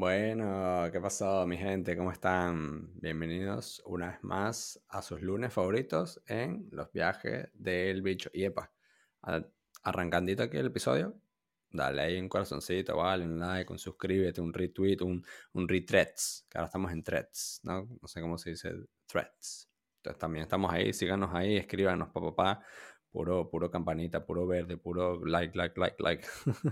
Bueno, ¿qué pasó, mi gente? ¿Cómo están? Bienvenidos una vez más a sus lunes favoritos en los viajes del bicho. Y epa, a- arrancandito aquí el episodio, dale ahí un corazoncito, vale, un like, un suscríbete, un retweet, un retweets, que ahora estamos en threads, ¿no? No sé cómo se dice threads. Entonces también estamos ahí, síganos ahí, escríbanos, papá, puro campanita, puro verde, puro like.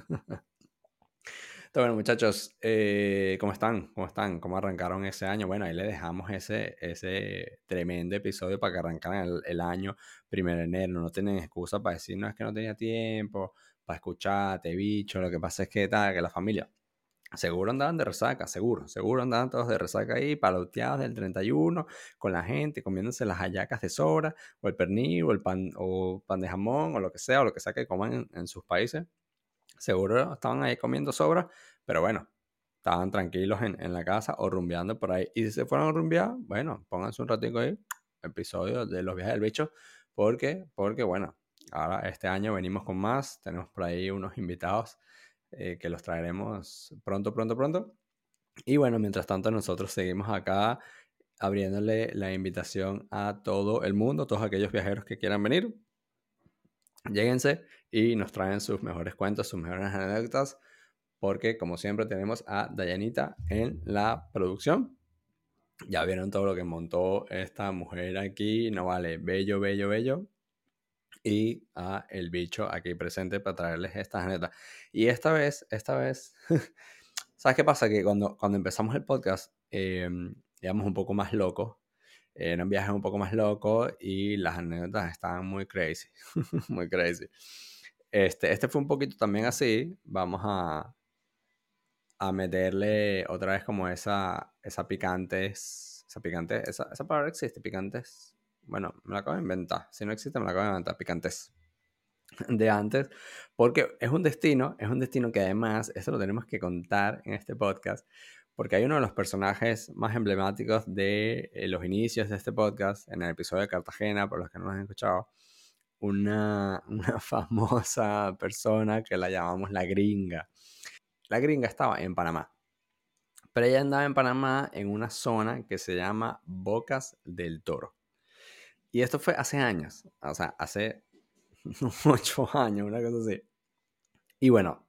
Está bueno, muchachos, ¿cómo están? ¿Cómo están? ¿Cómo arrancaron ese año? Bueno, ahí le dejamos ese tremendo episodio para que arrancaran el año 1 de enero. No tienen excusa para decir, no, es que no tenía tiempo para escucharte, bicho. Lo que pasa es que tal, que la familia, seguro andaban de resaca, seguro andaban todos de resaca ahí, paloteados del 31, con la gente, comiéndose las hallacas de sobra, o el pernil, o pan de jamón, o lo que sea que coman en sus países. Seguro estaban ahí comiendo sobras, pero bueno, estaban tranquilos en la casa o rumbeando por ahí. Y si se fueron a rumbear, bueno, pónganse un ratico ahí, episodio de los viajes del bicho, porque bueno, ahora este año venimos con más, tenemos por ahí unos invitados que los traeremos pronto. Y bueno, mientras tanto nosotros seguimos acá abriéndole la invitación a todo el mundo, todos aquellos viajeros que quieran venir. Lléguense y nos traen sus mejores cuentos, sus mejores anécdotas, porque como siempre tenemos a Dayanita en la producción. Ya vieron todo lo que montó esta mujer aquí, no vale, bello. Y a el bicho aquí presente para traerles estas anécdotas. Y esta vez, ¿sabes qué pasa? Que cuando empezamos el podcast, íbamos un poco más locos, era un viaje un poco más loco y las anécdotas estaban muy crazy, muy crazy. Este fue un poquito también así, vamos a meterle otra vez como esa palabra existe, picantes. Bueno, me la acabo de inventar. Si no existe, me la acabo de inventar, picantes de antes, porque es un destino que además, esto lo tenemos que contar en este podcast, porque hay uno de los personajes más emblemáticos de los inicios de este podcast, en el episodio de Cartagena, por los que no lo han escuchado, una famosa persona que la llamamos la gringa. La gringa estaba en Panamá, pero ella andaba en Panamá en una zona que se llama Bocas del Toro. Y esto fue hace años, o sea, hace 8 años, una cosa así. Y bueno,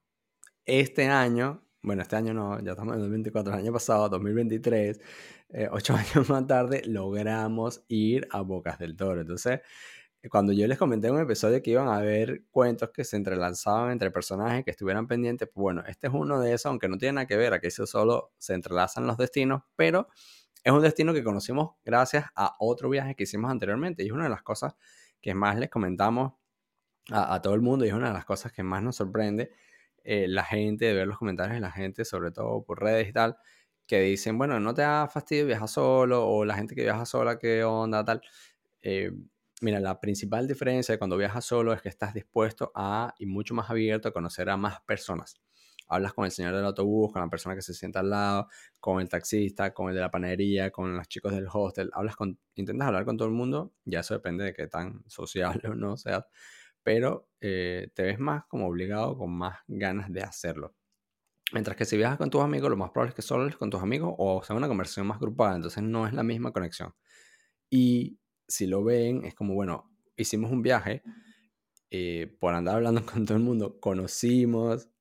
este año no, ya estamos en 2024, el año pasado, 2023, 8 años más tarde, logramos ir a Bocas del Toro. Entonces, cuando yo les comenté en un episodio que iban a haber cuentos que se entrelazaban entre personajes que estuvieran pendientes, pues bueno, este es uno de esos, aunque no tiene nada que ver, aquí eso solo se entrelazan los destinos, pero es un destino que conocimos gracias a otro viaje que hicimos anteriormente. Y es una de las cosas que más les comentamos a todo el mundo y es una de las cosas que más nos sorprende la gente, de ver los comentarios de la gente, sobre todo por redes y tal, que dicen, bueno, no te da fastidio viajar solo, o la gente que viaja sola, qué onda, tal. Eh, Mira, la principal diferencia de cuando viajas solo es que estás dispuesto a y mucho más abierto a conocer a más personas. Hablas con el señor del autobús, con la persona que se sienta al lado, con el taxista, con el de la panadería, con los chicos del hostel. Intentas hablar con todo el mundo, ya eso depende de qué tan sociable o no seas, pero te ves más como obligado, con más ganas de hacerlo. Mientras que si viajas con tus amigos, lo más probable es que solo hables con tus amigos o sea una conversación más grupal, entonces no es la misma conexión. Y si lo ven, es como, bueno, hicimos un viaje, por andar hablando con todo el mundo, conocimos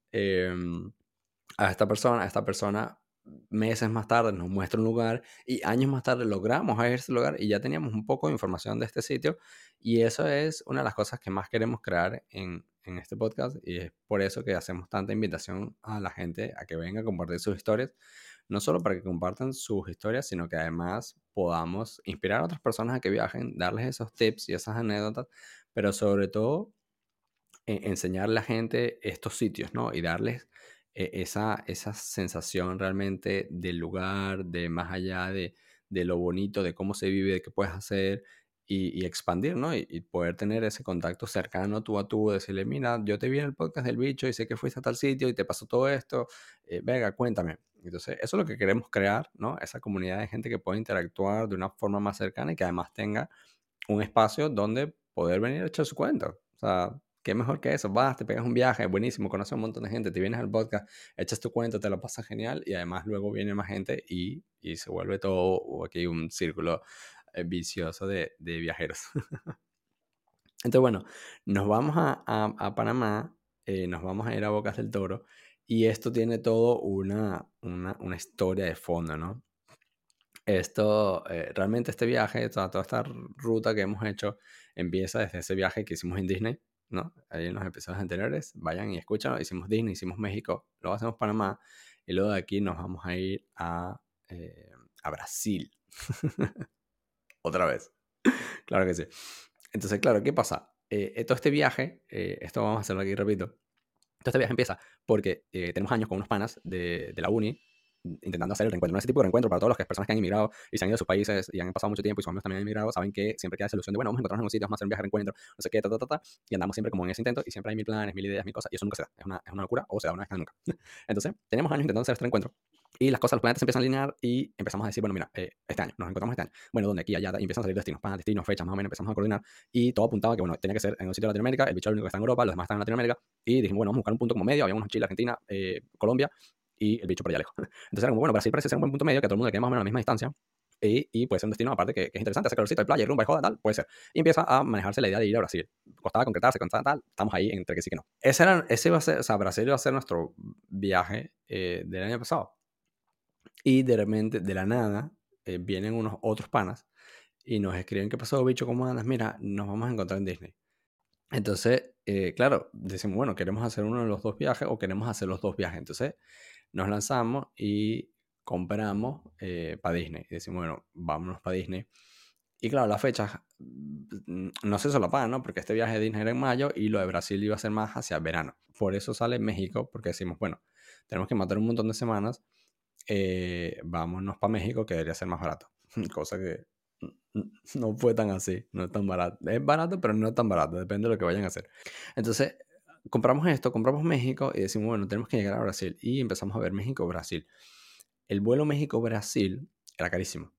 a esta persona meses más tarde nos muestra un lugar y años más tarde logramos a ese lugar y ya teníamos un poco de información de este sitio y eso es una de las cosas que más queremos crear en este podcast y es por eso que hacemos tanta invitación a la gente a que venga a compartir sus historias, no solo para que compartan sus historias, sino que además podamos inspirar a otras personas a que viajen, darles esos tips y esas anécdotas, pero sobre todo enseñarle a la gente estos sitios, ¿no? Y darles esa sensación realmente del lugar, de más allá de lo bonito, de cómo se vive, de qué puedes hacer y expandir, ¿no? Y poder tener ese contacto cercano tú a tú, decirle, mira, yo te vi en el podcast del bicho y sé que fuiste a tal sitio y te pasó todo esto, venga, cuéntame. Entonces, eso es lo que queremos crear, ¿no? Esa comunidad de gente que pueda interactuar de una forma más cercana y que además tenga un espacio donde poder venir a echar su cuento. O sea, qué mejor que eso. Vas, te pegas un viaje, buenísimo, conoces a un montón de gente, te vienes al podcast, echas tu cuento, te lo pasas genial y además luego viene más gente y se vuelve todo aquí un círculo vicioso de viajeros. Entonces, bueno, nos vamos a Panamá, nos vamos a ir a Bocas del Toro y esto tiene todo una historia de fondo, ¿no? Esto, realmente este viaje, toda esta ruta que hemos hecho, empieza desde ese viaje que hicimos en Disney, ¿no? Ahí en los episodios anteriores, vayan y escuchan, hicimos Disney, hicimos México, luego hacemos Panamá y luego de aquí nos vamos a ir a Brasil. Otra vez. Claro que sí. Entonces, claro, ¿qué pasa? Todo este viaje, esto vamos a hacerlo aquí, repito. Todo este viaje empieza porque tenemos años con unos panas de la uni intentando hacer el reencuentro. No ese tipo de reencuentro para todos los personas que han inmigrado y se han ido a sus países y han pasado mucho tiempo y sus amigos también han inmigrado, saben que siempre queda esa ilusión de, bueno, vamos a encontrarnos en un sitio, vamos a hacer un viaje de reencuentro, no sé qué, y andamos siempre como en ese intento y siempre hay mil planes, mil ideas, mil cosas y eso nunca se da. Es una locura o se da una vez cada nunca. Entonces, tenemos años intentando hacer este reencuentro y las cosas, los planetas se empiezan a alinear y empezamos a decir, bueno, mira, este año, nos encontramos este año. Bueno, ¿dónde? Aquí, allá, y empiezan a salir destinos, fechas, más o menos, empezamos a coordinar y todo apuntaba que, bueno, tenía que ser en un sitio de Latinoamérica, el bicho es el único que está en Europa, los demás están en Latinoamérica y dijimos, bueno, vamos a buscar un punto como medio, había unos en Chile, Argentina, Colombia y el bicho por allá lejos. Entonces era como, bueno, Brasil parece ser un buen punto medio, que a todo el mundo le quede más o menos a la misma distancia y puede ser un destino aparte que es interesante, hace calorcito, hay playa, hay rumba, hay joda, tal, puede ser. Y empieza a manejarse la idea de ir a Brasil. Costaba concretarse, tal, estamos ahí entre que sí que no. Ese iba a ser, o sea, Brasil iba a ser nuestro viaje del año pasado. Y de repente, de la nada, vienen unos otros panas y nos escriben, ¿qué pasó, bicho? ¿Cómo andas? Mira, nos vamos a encontrar en Disney. Entonces, claro, decimos, bueno, ¿queremos hacer uno de los dos viajes o queremos hacer los dos viajes? Entonces, nos lanzamos y compramos para Disney. Y decimos, bueno, vámonos para Disney. Y claro, las fechas no se solapan, ¿no? Porque este viaje de Disney era en mayo y lo de Brasil iba a ser más hacia verano. Por eso sale México, porque decimos, bueno, tenemos que matar un montón de semanas, vámonos para México, que debería ser más barato. Cosa que no fue tan así, no es tan barato. Es barato, pero no es tan barato, depende de lo que vayan a hacer. Entonces, compramos esto, compramos México y decimos, bueno, tenemos que llegar a Brasil. Y empezamos a ver México-Brasil. El vuelo México-Brasil era carísimo.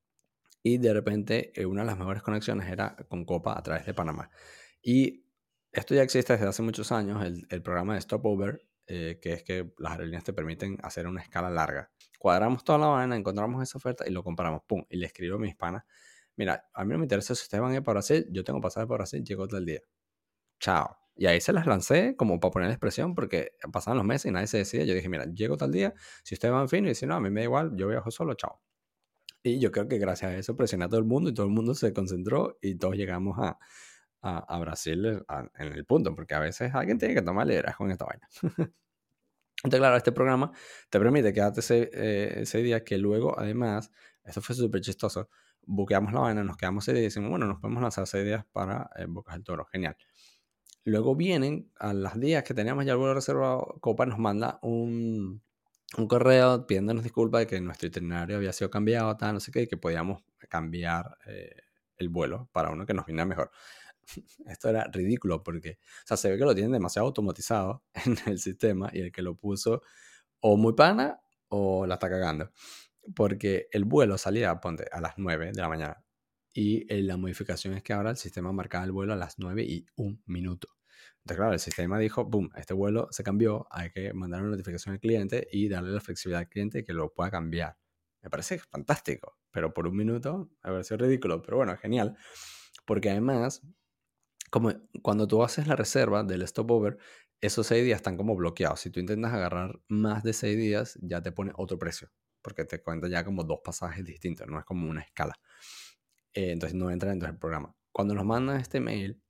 Y de repente, una de las mejores conexiones era con Copa a través de Panamá. Y esto ya existe desde hace muchos años, el programa de Stopover, que es que las aerolíneas te permiten hacer una escala larga. Cuadramos toda la vaina, encontramos esa oferta y lo compramos. ¡Pum! Y le escribo a mis panas, mira, a mí no me interesa si ustedes van a ir para Brasil, yo tengo pasaje para Brasil, llego todo el día. Chao. Y ahí se las lancé como para poner la expresión porque pasaban los meses y nadie se decía. Yo dije, mira, llego tal día, si ustedes van fino y dicen, no, a mí me da igual, yo viajo solo, chao. Y yo creo que gracias a eso presioné a todo el mundo y todo el mundo se concentró y todos llegamos a Brasil en el punto, porque a veces alguien tiene que tomar liderazgo en esta vaina. Entonces, claro, este programa te permite quedarte ese día que luego, además, esto fue súper chistoso, buqueamos la vaina, nos quedamos ese día y decimos, bueno, nos podemos lanzar 6 días para Bocas del Toro, genial. Luego vienen, a los días que teníamos ya el vuelo reservado, Copa nos manda un correo pidiéndonos disculpas de que nuestro itinerario había sido cambiado, tal, no sé qué, y que podíamos cambiar el vuelo para uno que nos viniera mejor. Esto era ridículo porque, o sea, se ve que lo tienen demasiado automatizado en el sistema y el que lo puso o muy pana o la está cagando. Porque el vuelo salía, ponte, a las 9 de la mañana y la modificación es que ahora el sistema marcaba el vuelo a las 9:01. Entonces, claro, el sistema dijo, boom, este vuelo se cambió, hay que mandar una notificación al cliente y darle la flexibilidad al cliente que lo pueda cambiar. Me parece fantástico, pero por un minuto me pareció ridículo, pero bueno, genial. Porque además, como cuando tú haces la reserva del stopover, esos 6 días están como bloqueados. Si tú intentas agarrar más de 6 días, ya te pone otro precio, porque te cuenta ya como dos pasajes distintos, no es como una escala. Entonces no entra dentro del programa. Cuando nos mandan este mail,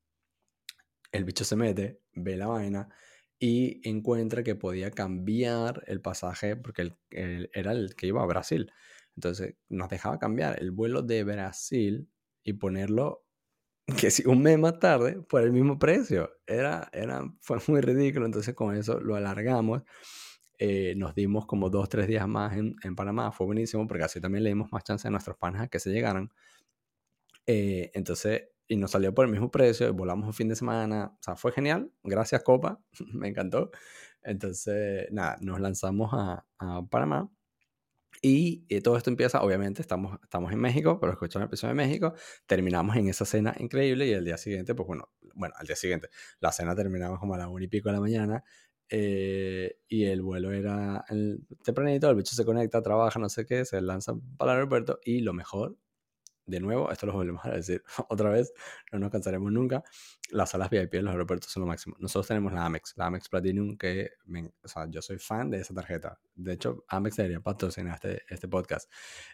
el bicho se mete, ve la vaina y encuentra que podía cambiar el pasaje porque era el que iba a Brasil. Entonces nos dejaba cambiar el vuelo de Brasil y ponerlo que si un mes más tarde por el mismo precio. Fue muy ridículo. Entonces con eso lo alargamos. Nos dimos como 2-3 días más en Panamá. Fue buenísimo porque así también le dimos más chance a nuestros panas a que se llegaran. Entonces, y nos salió por el mismo precio, volamos un fin de semana, o sea, fue genial, gracias Copa, me encantó. Entonces, nada, nos lanzamos a Panamá y todo esto empieza, obviamente, estamos en México, pero escuchando el episodio de México, terminamos en esa cena increíble y el día siguiente, pues bueno, bueno, al día siguiente. La cena terminaba como a las 1:00 y pico de la mañana. Y el vuelo era tempranito, el bicho se conecta, trabaja, no sé qué, se lanza para el aeropuerto y lo mejor, de nuevo, esto lo volvemos a decir otra vez, no nos cansaremos nunca, las salas VIP en los aeropuertos son lo máximo. Nosotros tenemos la Amex Platinum, que o sea, yo soy fan de esa tarjeta. De hecho, Amex debería patrocinar este podcast.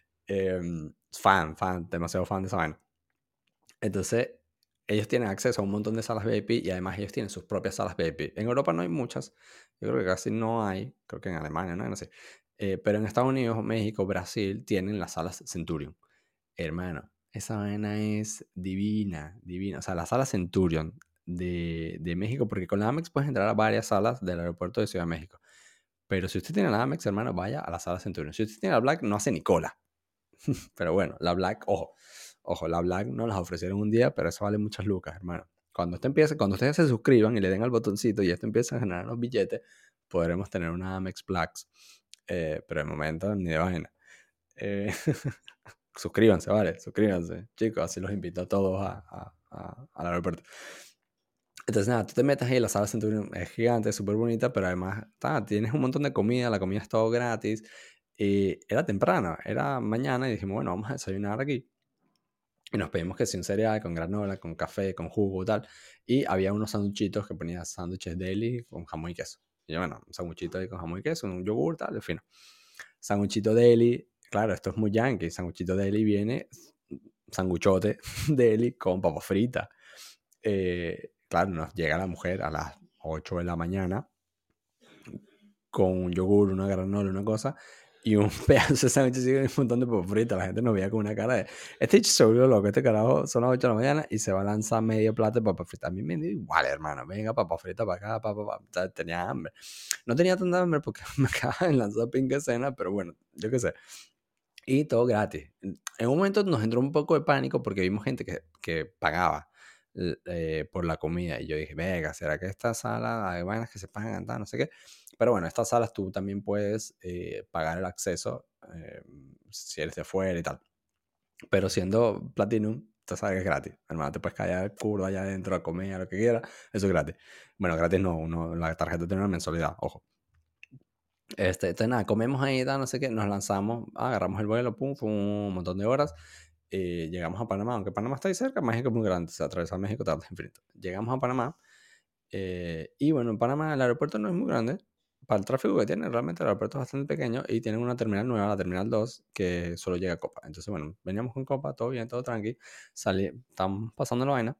Demasiado fan de esa vaina. Entonces, ellos tienen acceso a un montón de salas VIP y además ellos tienen sus propias salas VIP. En Europa no hay muchas, yo creo que casi no hay, creo que en Alemania, no sé. Pero en Estados Unidos, México, Brasil tienen las salas Centurion. Hermano, esa vaina es divina, divina. O sea, la sala Centurion de México, porque con la Amex puedes entrar a varias salas del aeropuerto de Ciudad de México. Pero si usted tiene la Amex, hermano, vaya a la sala Centurion. Si usted tiene la Black, no hace ni cola. Pero bueno, la Black, ojo, la Black nos las ofrecieron un día, pero eso vale muchas lucas, hermano. Cuando ustedes se suscriban y le den al botoncito y esto empieza a generar los billetes, podremos tener una Amex Blacks. Pero de momento, ni de vaina. Eh, suscríbanse, vale, suscríbanse. Chicos, así los invito a todos al aeropuerto. Entonces, nada, tú te metes ahí, la sala Centurion es gigante, es súper bonita, pero además tienes un montón de comida, la comida es todo gratis. Y era temprano, era mañana y dijimos, bueno, vamos a desayunar aquí. Y nos pedimos que sí, un cereal con granola, con café, con jugo y tal. Y había unos sanduchitos que ponía sándwiches deli con jamón y queso. Y yo, bueno, un sanduchito ahí con jamón y queso, un yogur, tal, en fin. Sanguchito deli, claro, esto es muy yankee. Sanguchito deli viene, sanguchote deli con papa frita. Claro, nos llega la mujer a las 8 de la mañana con un yogur, una granola, una cosa, y un pedazo de sándwich y un montón de papas fritas. La gente nos veía con una cara de, este bicho se volvió loco, este carajo son las 8 de la mañana y se va a lanzar medio plato de papas fritas. A mí me dio igual, hermano, venga, papas fritas para acá, tenía hambre. No tenía tanta hambre porque me acababa de lanzar pinque cena, pero bueno, yo qué sé. Y todo gratis. En un momento nos entró un poco de pánico porque vimos gente que pagaba por la comida. Y yo dije, venga, ¿será que esta sala hay vainas que se pagan? No sé qué. Pero bueno, estas salas tú también puedes pagar el acceso si eres de fuera y tal. Pero siendo Platinum, tú sabes que es gratis. Hermano, te puedes callar el culo allá adentro a comer, a lo que quieras. Eso es gratis. Bueno, gratis no, la tarjeta tiene una mensualidad, ojo. Entonces nada, comemos ahí, no sé qué, nos lanzamos, agarramos el vuelo, pum, fue un montón de horas, llegamos a Panamá, aunque Panamá está ahí cerca, México es muy grande, o sea, atravesar México tarda infinito. Llegamos a Panamá, y bueno, en Panamá el aeropuerto no es muy grande, para el tráfico que tiene, realmente el aeropuerto es bastante pequeño, y tienen una terminal nueva, la terminal 2 que solo llega a Copa. Entonces bueno, veníamos con Copa, todo bien, todo tranqui, estamos pasando la vaina,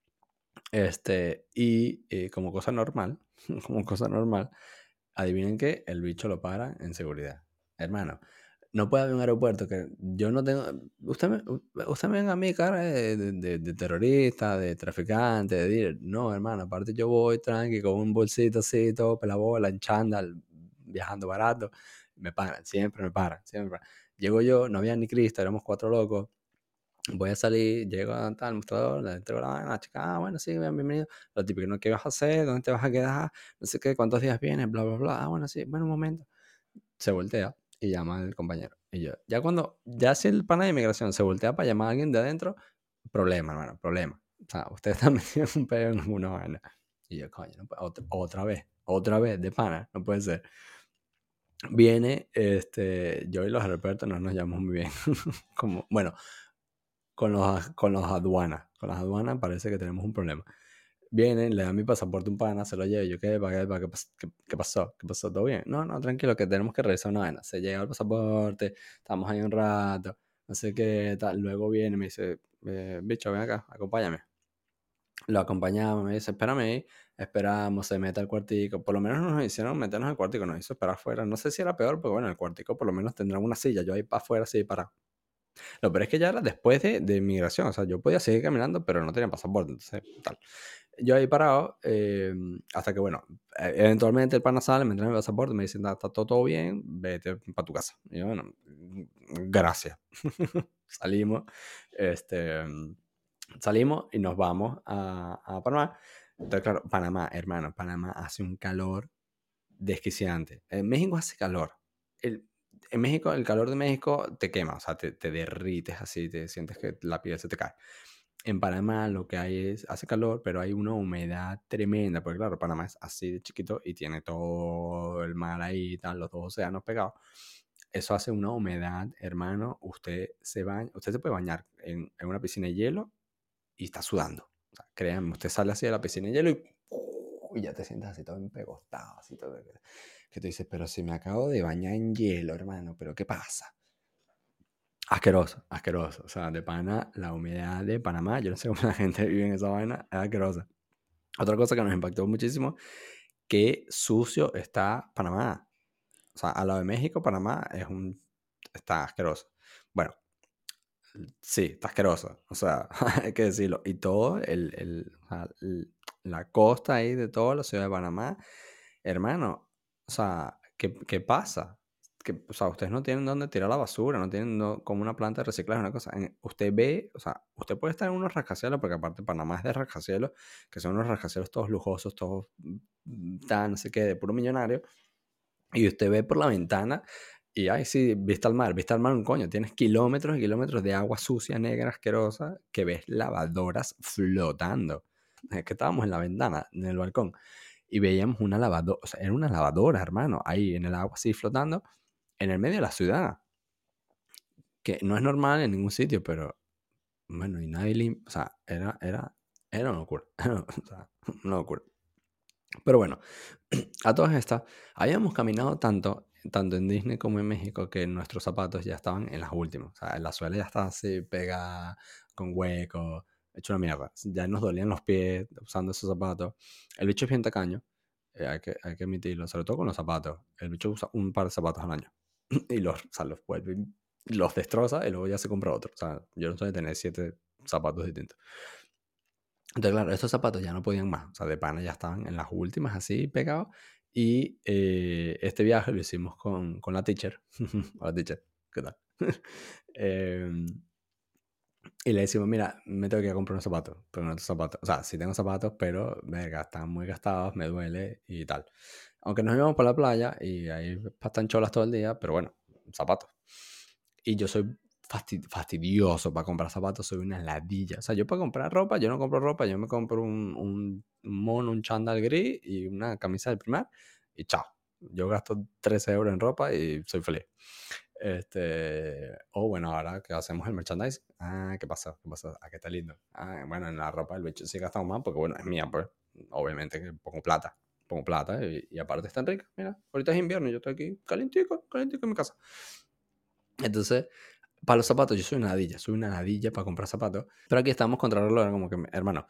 y como cosa normal, como cosa normal, adivinen que el bicho lo para en seguridad. Hermano, no puede haber un aeropuerto que yo no tengo. Usted me venga a mí, cara de terrorista, de traficante, de dealer. No, hermano, aparte yo voy tranqui con un bolsito así, todo pelabola, en chándal, viajando barato. Me paran, siempre me paran, siempre me paran. Llego yo, no había ni Cristo, éramos 4 locos. Voy a salir, llego a tal mostrador, le entrego la vaina, la chica, bueno, sí, bienvenido. Lo típico, ¿no? ¿Qué vas a hacer? ¿Dónde te vas a quedar? No sé qué, ¿cuántos días vienes? Bla, bla, bla. Bueno, sí, bueno, un momento. Se voltea y llama al compañero. Y yo, ya si el pana de inmigración se voltea para llamar a alguien de adentro, problema, hermano, problema. O sea, usted está metido en un pedo en alguna vaina. Y yo, coño, no otra vez, de pana, no puede ser. Viene, yo y los aeropuertos no nos llamamos muy bien. Como, bueno, con los aduanas. Con las aduanas parece que tenemos un problema. Vienen, le dan mi pasaporte a un pana, se lo llevo. Yo, ¿qué pasó? ¿Qué pasó? ¿Todo bien? No, no, tranquilo, que tenemos que revisar una vaina. Se llega el pasaporte, estamos ahí un rato, no sé qué tal. Luego viene y me dice, bicho, ven acá, acompáñame. Lo acompañamos, me dice, espérame ahí. Esperamos, se mete al cuartico. Por lo menos nos hicieron meternos al cuartico, nos hizo esperar afuera. No sé si era peor, pero bueno, el cuartico por lo menos tendrá una silla. Yo ahí para afuera, así para. Lo peor es que ya era después de migración, o sea, yo podía seguir caminando, pero no tenía pasaporte, entonces, tal. Yo ahí parado, hasta que, bueno, eventualmente el pana sale, me entrega mi pasaporte, me dice, está todo bien, vete para tu casa. Y yo, bueno, gracias. Salimos, este, salimos y nos vamos a Panamá. Entonces, claro, Panamá, hermano, Panamá hace un calor desquiciante. En México hace calor. En México, el calor de México te quema, o sea, te derrites así, te sientes que la piel se te cae. En Panamá lo que hay es, hace calor, pero hay una humedad tremenda, porque claro, Panamá es así de chiquito y tiene todo el mar ahí y tal, los dos océanos pegados. Eso hace una humedad, hermano. Usted se puede bañar en una piscina de hielo y está sudando. O sea, créanme, usted sale así de la piscina de hielo y ya te sientas así todo empegostado, así todo. Que tú dices, pero si me acabo de bañar en hielo, hermano, ¿pero qué pasa? Asqueroso, asqueroso. O sea, de pana, la humedad de Panamá, yo no sé cómo la gente vive en esa vaina, es asquerosa. Otra cosa que nos impactó muchísimo, qué sucio está Panamá. O sea, al lado de México, Panamá está asqueroso. Bueno, sí, está asqueroso. O sea, hay que decirlo. Y todo, o sea, la costa ahí de toda la ciudad de Panamá, hermano, o sea, ¿qué pasa? O sea, ustedes no tienen dónde tirar la basura, no tienen como una planta de reciclaje, una cosa. Usted ve, o sea, usted puede estar en unos rascacielos, porque aparte Panamá es de rascacielos, que son unos rascacielos todos lujosos, todos tan, no sé qué, de puro millonario. Y usted ve por la ventana y, ay, sí, vista al mar un coño. Tienes kilómetros y kilómetros de agua sucia, negra, asquerosa, que ves lavadoras flotando. Es que estábamos en la ventana, en el balcón, y veíamos una lavadora, o sea, era una lavadora, hermano, ahí en el agua así flotando, en el medio de la ciudad, que no es normal en ningún sitio, pero bueno, y nadie o sea, era una locura, o sea, una locura. Pero bueno, a todas estas, habíamos caminado tanto en Disney como en México, que nuestros zapatos ya estaban en las últimas. O sea, la suela ya estaba así pegada, con huecos, hecho una mierda. Ya nos dolían los pies usando esos zapatos. El bicho es bien tacaño, hay que admitirlo, sobre todo con los zapatos. El bicho usa un par de zapatos al año y o sea, los vuelve, los destroza y luego ya se compra otro. O sea, yo no soy de tener 7 zapatos distintos. Entonces, claro, estos zapatos ya no podían más. O sea, de pana ya estaban en las últimas así pegados. Y este viaje lo hicimos con la teacher. Hola teacher, ¿qué tal? Em, y le decimos, mira, me tengo que ir a comprar unos zapatos. Pero no otros zapatos. O sea, sí tengo zapatos, pero verga, están muy gastados, me duele y tal. Aunque nos íbamos por la playa y ahí están cholas todo el día, pero bueno, zapatos. Y yo soy fastidioso para comprar zapatos, soy una ladilla. O sea, yo para comprar ropa, yo no compro ropa, yo me compro un mono, un chándal gris y una camisa del Primark y chao. Yo gasto 13 euros en ropa y soy feliz. O bueno, ahora que hacemos el merchandising. Ah, ¿qué pasa? ¿Qué pasa? Ah, que está lindo. Ah, bueno, en la ropa el bicho sí gastamos más porque, bueno, es mía, pues. Obviamente que pongo plata. Pongo plata y aparte están ricas. Mira, ahorita es invierno y yo estoy aquí calentico, calentico en mi casa. Entonces, para los zapatos, yo soy una ladilla para comprar zapatos. Pero aquí estamos contra el reloj, como que, hermano,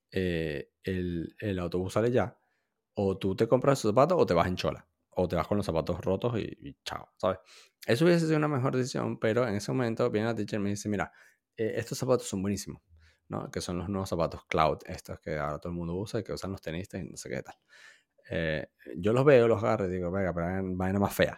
el autobús sale ya. O tú te compras esos zapatos o te vas en chola. O te vas con los zapatos rotos y chao, ¿sabes? Eso hubiese sido una mejor decisión, pero en ese momento viene la teacher y me dice, mira, estos zapatos son buenísimos, ¿no? Que son los nuevos zapatos Cloud, estos que ahora todo el mundo usa y que usan los tenistas y no sé qué tal. Yo los veo, los agarro y digo, venga, pero vaina más fea.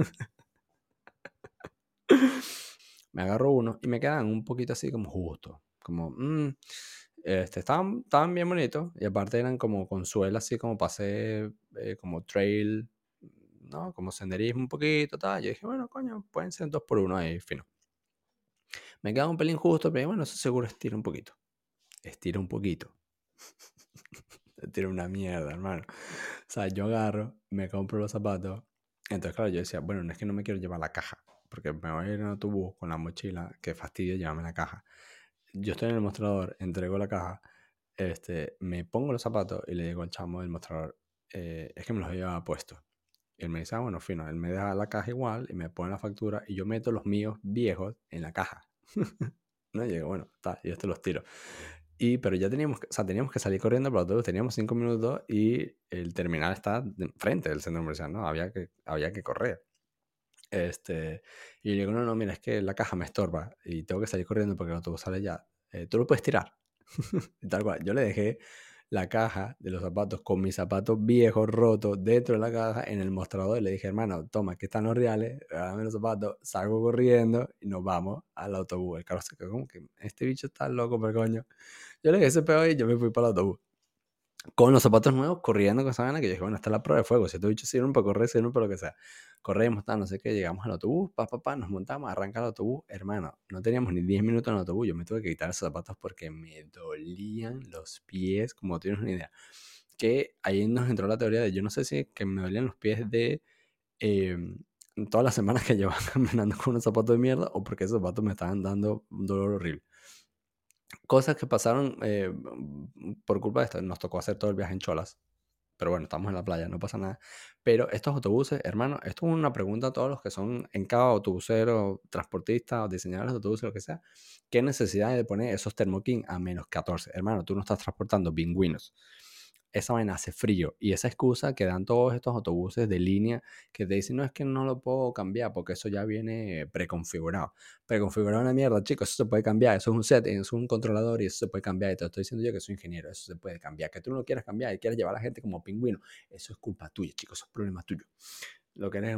Me agarro uno y me quedan un poquito así como justo. Como, estaban bien bonitos. Y aparte eran como con suela así como pasé, como trail, ¿no? Como senderismo un poquito, tal. Yo dije, bueno, coño, pueden ser 2 por 1 ahí, fino. Me queda un pelín justo, pero bueno, eso seguro estira un poquito. Estira un poquito. Estira una mierda, hermano. O sea, yo agarro, me compro los zapatos. Entonces, claro, yo decía, bueno, no es que no me quiero llevar la caja, porque me voy a ir en autobús con la mochila, qué fastidio llevarme la caja. Yo estoy en el mostrador, entrego la caja, me pongo los zapatos y le digo al chamo del mostrador, es que me los había puesto. Y él me dice, bueno, fino, él me deja la caja igual y me pone la factura y yo meto los míos viejos en la caja. No, y digo, bueno, está, y esto los tiro. Pero ya teníamos que salir corriendo por autobús, teníamos 5 minutos y el terminal está frente del centro comercial, ¿no? Había que correr. Y yo digo, no, no, mira, es que la caja me estorba y tengo que salir corriendo porque el autobús sale ya. Tú lo puedes tirar. Y tal cual. Yo le dejé la caja de los zapatos con mis zapatos viejos, rotos, dentro de la caja, en el mostrador. Y le dije, hermano, toma, aquí están los reales, dame los zapatos, salgo corriendo y nos vamos al autobús. El carro se quedó como que, este bicho está loco, pero coño. Yo le dije ese pedo y yo me fui para el autobús. con los zapatos nuevos, corriendo con esa vaina, que yo dije, bueno, esta es la prueba de fuego. Si estos bichos sirven para correr, sirven para lo que sea. Corremos, tal, no sé qué, llegamos al autobús, nos montamos, arranca el autobús. Hermano, no teníamos ni 10 minutos en el autobús. Yo me tuve que quitar esos zapatos porque me dolían los pies, como no tienes una idea. Que ahí nos entró la teoría de, yo no sé si es que me dolían los pies de eh, todas las semanas que llevaba caminando con unos zapatos de mierda o porque esos zapatos me estaban dando un dolor horrible. Cosas que pasaron por culpa de esto. Nos tocó hacer todo el viaje en cholas. Pero bueno, estamos en la playa, no pasa nada. Pero estos autobuses, hermano, esto es una pregunta a todos los que son en cada autobusero, transportista o diseñadores de autobuses, lo que sea. ¿Qué necesidad hay de poner esos Thermo King a -14? Hermano, tú no estás transportando pingüinos. Esa vaina hace frío. Y esa excusa que dan todos estos autobuses de línea que te dicen, no es que no lo puedo cambiar porque eso ya viene preconfigurado. Preconfigurado una mierda, chicos, eso se puede cambiar. Eso es un setting, eso es un controlador y eso se puede cambiar. Y te lo estoy diciendo yo que soy ingeniero, eso se puede cambiar. Que tú no lo quieras cambiar y quieras llevar a la gente como pingüino, eso es culpa tuya, chicos, eso es problema tuyo. Lo que eres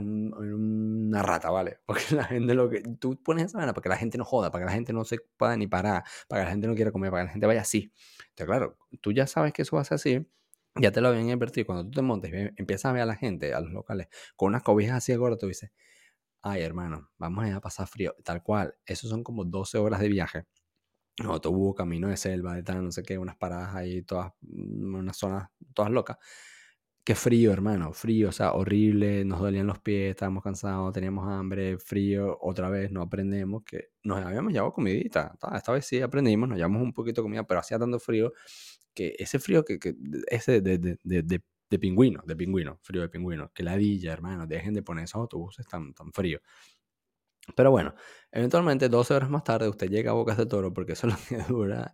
una rata, ¿vale? Porque la gente lo que... Tú pones esa vaina para que la gente no joda, para que la gente no se pueda ni parar, para que la gente no quiera comer, para que la gente vaya así. Entonces, claro, tú ya sabes que eso va a ser así. Ya te lo habían advertido. Cuando tú te montes y empiezas a ver a la gente, a los locales, con unas cobijas así de gordo, tú dices, ay, hermano, vamos a ir a pasar frío. Tal cual, esos son como 12 horas de viaje. No, autobús, camino de selva, de tal, no sé qué, unas paradas ahí, todas, unas zonas todas locas. Qué frío, hermano, frío, o sea, horrible, nos dolían los pies, estábamos cansados, teníamos hambre, frío, otra vez no aprendemos, que nos habíamos llevado comidita, esta vez sí aprendimos, nos llevamos un poquito de comida, pero hacía tanto frío que ese frío ese de pingüino, frío de pingüino, que ladilla, hermano, dejen de poner esos autobuses tan fríos. Pero bueno, eventualmente 12 horas más tarde usted llega a Bocas de Toro porque eso es lo que dura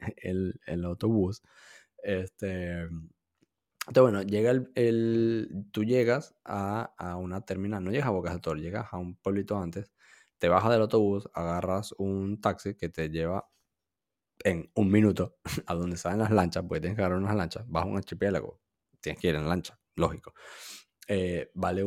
el autobús. Entonces, bueno, tú llegas a una terminal, no llegas a Bocas de Toro, llegas a un pueblito antes, te bajas del autobús, agarras un taxi que te lleva en un minuto a donde salen las lanchas, porque tienes que agarrar unas lanchas, vas a un archipiélago, tienes que ir en lancha, lógico. Vale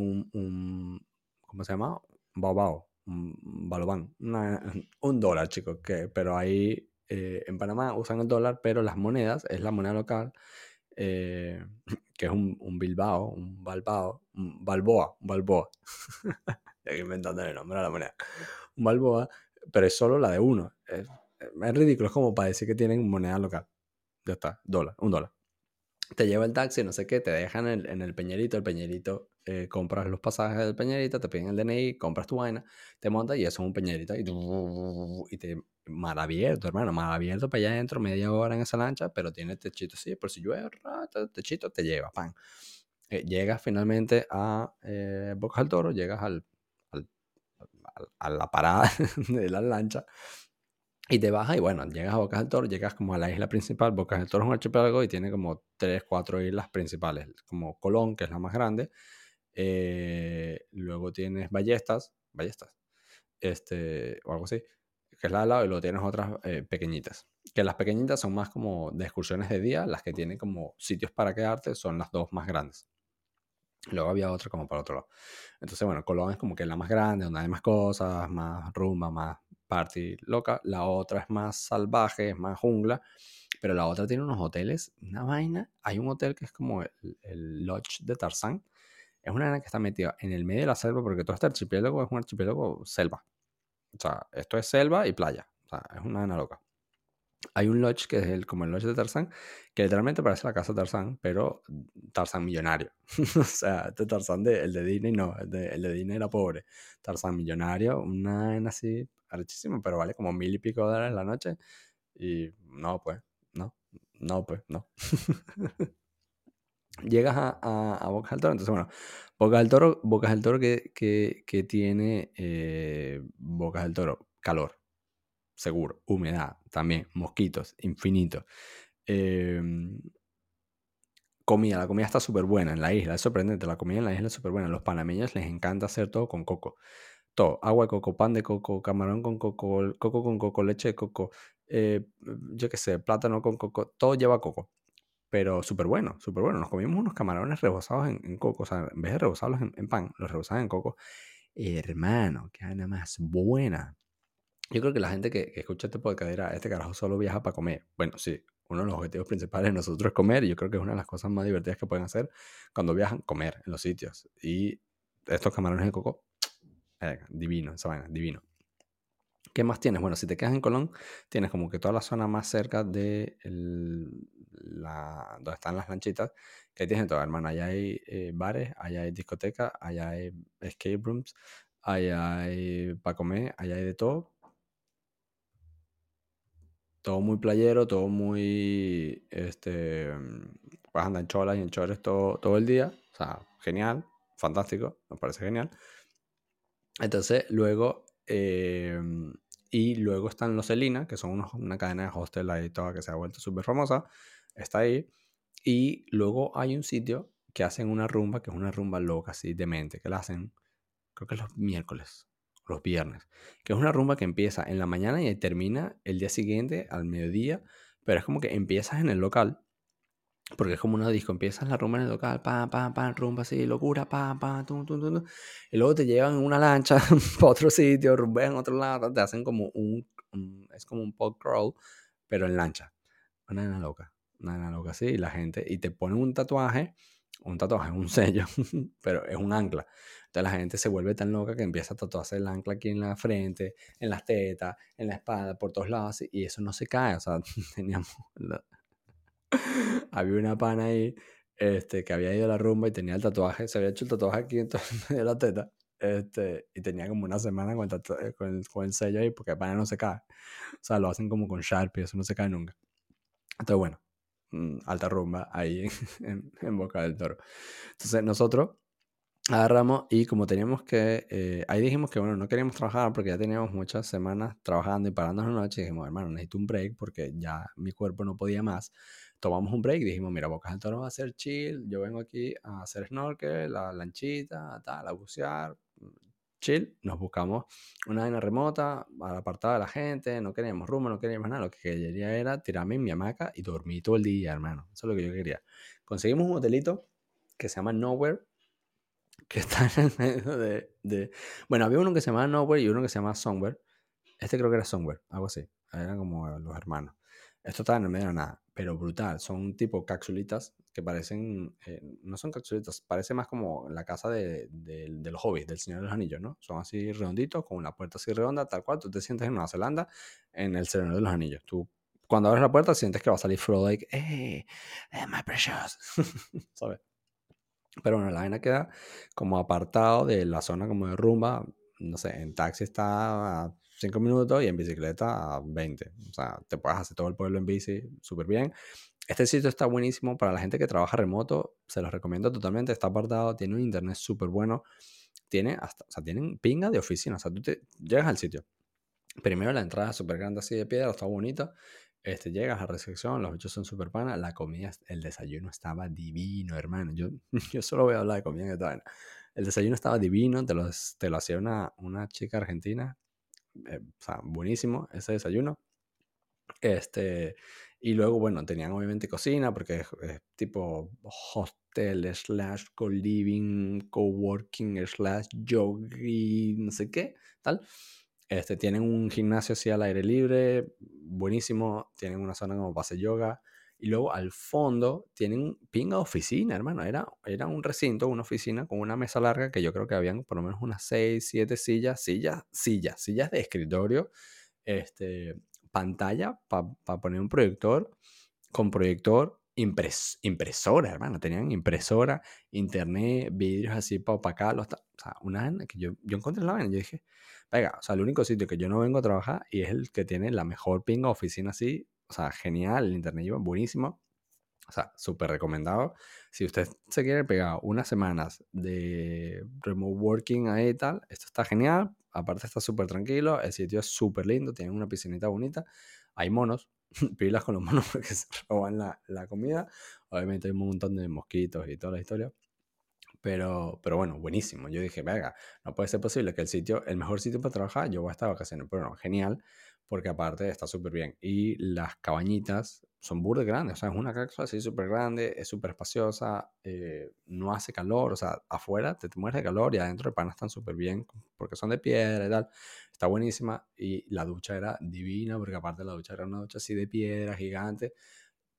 ¿cómo se llama? Un baobao, un balobán, un dólar, chicos, pero ahí en Panamá usan el dólar, pero las monedas es la moneda local, eh, que es un Bilbao, un Balbao, un Balboa. Estoy inventando el nombre de la moneda. Un Balboa, pero es solo la de uno. Es ridículo, es como para decir que tienen moneda local. Ya está, dólar, un dólar. Te lleva el taxi, no sé qué, te dejan en el Peñerito, compras los pasajes del Peñerito, te piden el DNI, compras tu vaina, te montas y eso es un Peñerito y te mar abierto, hermano, mar abierto para allá adentro, media hora en esa lancha, pero tiene techito, sí, por si llueve, techito te lleva, pan. Llegas finalmente a Bocas del Toro, llegas al- a la parada de la lancha y te bajas y bueno, llegas a Bocas del Toro, llegas como a la isla principal. Bocas del Toro es un archipiélago y tiene como 3, 4 islas principales, como Colón, que es la más grande. Luego tienes Ballestas, o algo así, que es la de al lado, y luego tienes otras pequeñitas. Que las pequeñitas son más como de excursiones de día, las que tienen como sitios para quedarte son las dos más grandes. Luego había otra como para otro lado. Entonces, bueno, Colón es como que la más grande, donde hay más cosas, más rumba, más party loca. La otra es más salvaje, es más jungla. Pero la otra tiene unos hoteles, una vaina. Hay un hotel que es como el Lodge de Tarzán. Es una vaina que está metida en el medio de la selva, porque todo este archipiélago es un archipiélago selva. O sea, esto es selva y playa. O sea, es una vaina loca. Hay un lodge que es como el lodge de Tarzán, que literalmente parece la casa de Tarzán, pero Tarzán millonario. O sea, este Tarzán, el de Disney no, el de Disney era pobre. Tarzán millonario, una vaina así, arrechísima, pero vale como 1000 y pico dólares la noche. Y no, pues, no, no, pues, no. Llegas a Bocas del Toro, entonces bueno, Bocas del Toro que tiene Bocas del Toro, calor, seguro, humedad también, mosquitos, infinito. Eh, la comida está súper buena en la isla, es sorprendente, la comida en la isla es súper buena. A los panameños les encanta hacer todo con coco. Todo, agua de coco, pan de coco, camarón con coco, coco con coco, leche de coco, yo qué sé, plátano con coco, todo lleva coco. Pero súper bueno, súper bueno. Nos comimos unos camarones rebozados en coco, o sea, en vez de rebozarlos en pan, los rebozaban en coco. Hermano, qué vaina más buena. Yo creo que la gente que escucha este podcast dirá, este carajo solo viaja para comer. Bueno, sí, uno de los objetivos principales de nosotros es comer, y yo creo que es una de las cosas más divertidas que pueden hacer cuando viajan, comer en los sitios. Y estos camarones de coco, divino, esa vaina, divino. ¿Qué más tienes? Bueno, si te quedas en Colón, tienes como que toda la zona más cerca de donde están las lanchitas, que ahí tienes todo, hermano. Allá hay bares, allá hay discotecas, allá hay escape rooms, allá hay para comer, allá hay de todo. Todo muy playero, todo muy, puedes andar en cholas y en chores todo el día. O sea, genial, fantástico, me parece genial. Entonces, luego, y luego están los Celina, que son una cadena de hostel ahí toda que se ha vuelto súper famosa. Está ahí. Y luego hay un sitio que hacen una rumba, que es una rumba loca, así, demente, que la hacen, creo que los miércoles, los viernes. Que es una rumba que empieza en la mañana y termina el día siguiente, al mediodía. Pero es como que empiezas en el local, porque es como una disco, empiezas la rumba en el local, rumba así, locura, tum, tum, tum, tum. Y luego te llevan en una lancha para otro sitio, rumbean en otro lado, te hacen como es como un pub crawl, pero en lancha. Una nena loca así, y la gente, y te ponen un tatuaje, un sello, pero es un ancla. Entonces la gente se vuelve tan loca que empieza a tatuarse el ancla aquí en la frente, en las tetas, en la espalda, por todos lados, y eso no se cae, o sea, teníamos... Había una pana ahí que había ido a la rumba y tenía el tatuaje, se había hecho el tatuaje aquí en todo el medio de la teta, y tenía como una semana con el sello ahí porque el pana no se cae. O sea, lo hacen como con Sharpie, eso no se cae nunca. Entonces, bueno, alta rumba ahí en Boca del Toro. Entonces, nosotros agarramos y como teníamos que, ahí dijimos que bueno, no queríamos trabajar porque ya teníamos muchas semanas trabajando y parándonos la noche, y dijimos, hermano, necesito un break porque ya mi cuerpo no podía más. Tomamos un break y dijimos, mira, Bocas del Toro va a ser chill, yo vengo aquí a hacer snorkel, la lanchita, tal, a bucear, chill. Nos buscamos una vaina remota, al apartado de la gente, no queríamos rumbo, no queríamos nada, lo que quería era tirarme en mi hamaca y dormir todo el día, hermano. Eso es lo que yo quería. Conseguimos un hotelito que se llama Nowhere, que está en el medio Bueno, había uno que se llamaba Nowhere y uno que se llamaba Somewhere. Este creo que era Somewhere, algo así. Eran como los hermanos. Esto estaba en el medio de nada, pero brutal. Son tipo capsulitas que parecen... no son capsulitas, parece más como la casa de los hobbits, del Señor de los Anillos, ¿no? Son así redonditos, con una puerta así redonda, tal cual. Tú te sientes en Nueva Zelanda, en el Señor de los Anillos. Tú, cuando abres la puerta, sientes que va a salir Frodo, like, hey, my precious. ¿Sabes? Pero bueno, la vaina queda como apartado de la zona como de rumba. No sé, en taxi está a 5 minutos y en bicicleta a 20. O sea, te puedes hacer todo el pueblo en bici súper bien. Este sitio está buenísimo para la gente que trabaja remoto. Se los recomiendo totalmente. Está apartado, tiene un internet súper bueno. Tiene hasta, o sea, tienen pinga de oficina. O sea, tú te llegas al sitio. Primero la entrada es súper grande así de piedra, está bonita. Llegas a la recepción, los bichos son súper panas. La comida, el desayuno estaba divino, hermano. Yo solo voy a hablar de comida en esta vaina. El desayuno estaba divino, te lo hacía una chica argentina. O sea, buenísimo ese desayuno. Y luego, bueno, tenían obviamente cocina, porque es tipo hostel slash co-living, co-working slash yogi, no sé qué, tal. Tienen un gimnasio así al aire libre, buenísimo. Tienen una zona como para hacer yoga. Y luego al fondo tienen pinga oficina, hermano. Era un recinto, una oficina con una mesa larga que yo creo que habían por lo menos unas 6, 7 sillas de escritorio. Este, Pantalla para poner un proyector, con proyector, impresora, hermano. Tenían impresora, internet, vidrios así para opacarlos. O sea, una vaina que yo encontré la vaina. Yo dije, venga, o sea, el único sitio que yo no vengo a trabajar y es el que tiene la mejor pinga oficina así. O sea, genial, el internet iba buenísimo. O sea, súper recomendado. Si usted se quiere pegar unas semanas de remote working ahí y tal, esto está genial. Aparte está súper tranquilo. El sitio es súper lindo. Tiene una piscinita bonita. Hay monos. Pilas con los monos porque se roban la comida. Obviamente hay un montón de mosquitos y toda la historia. Pero bueno, buenísimo. Yo dije, venga, no puede ser posible que el mejor sitio para trabajar, yo voy a estar de vacaciones. Pero no, genial, porque aparte está súper bien. Y las cabañitas son burdes grandes, o sea, es una cápsula así súper grande, es súper espaciosa, no hace calor, o sea, afuera te mueres de calor y adentro de pana están súper bien, porque son de piedra y tal. Está buenísima y la ducha era divina, porque aparte la ducha era una ducha así de piedra gigante.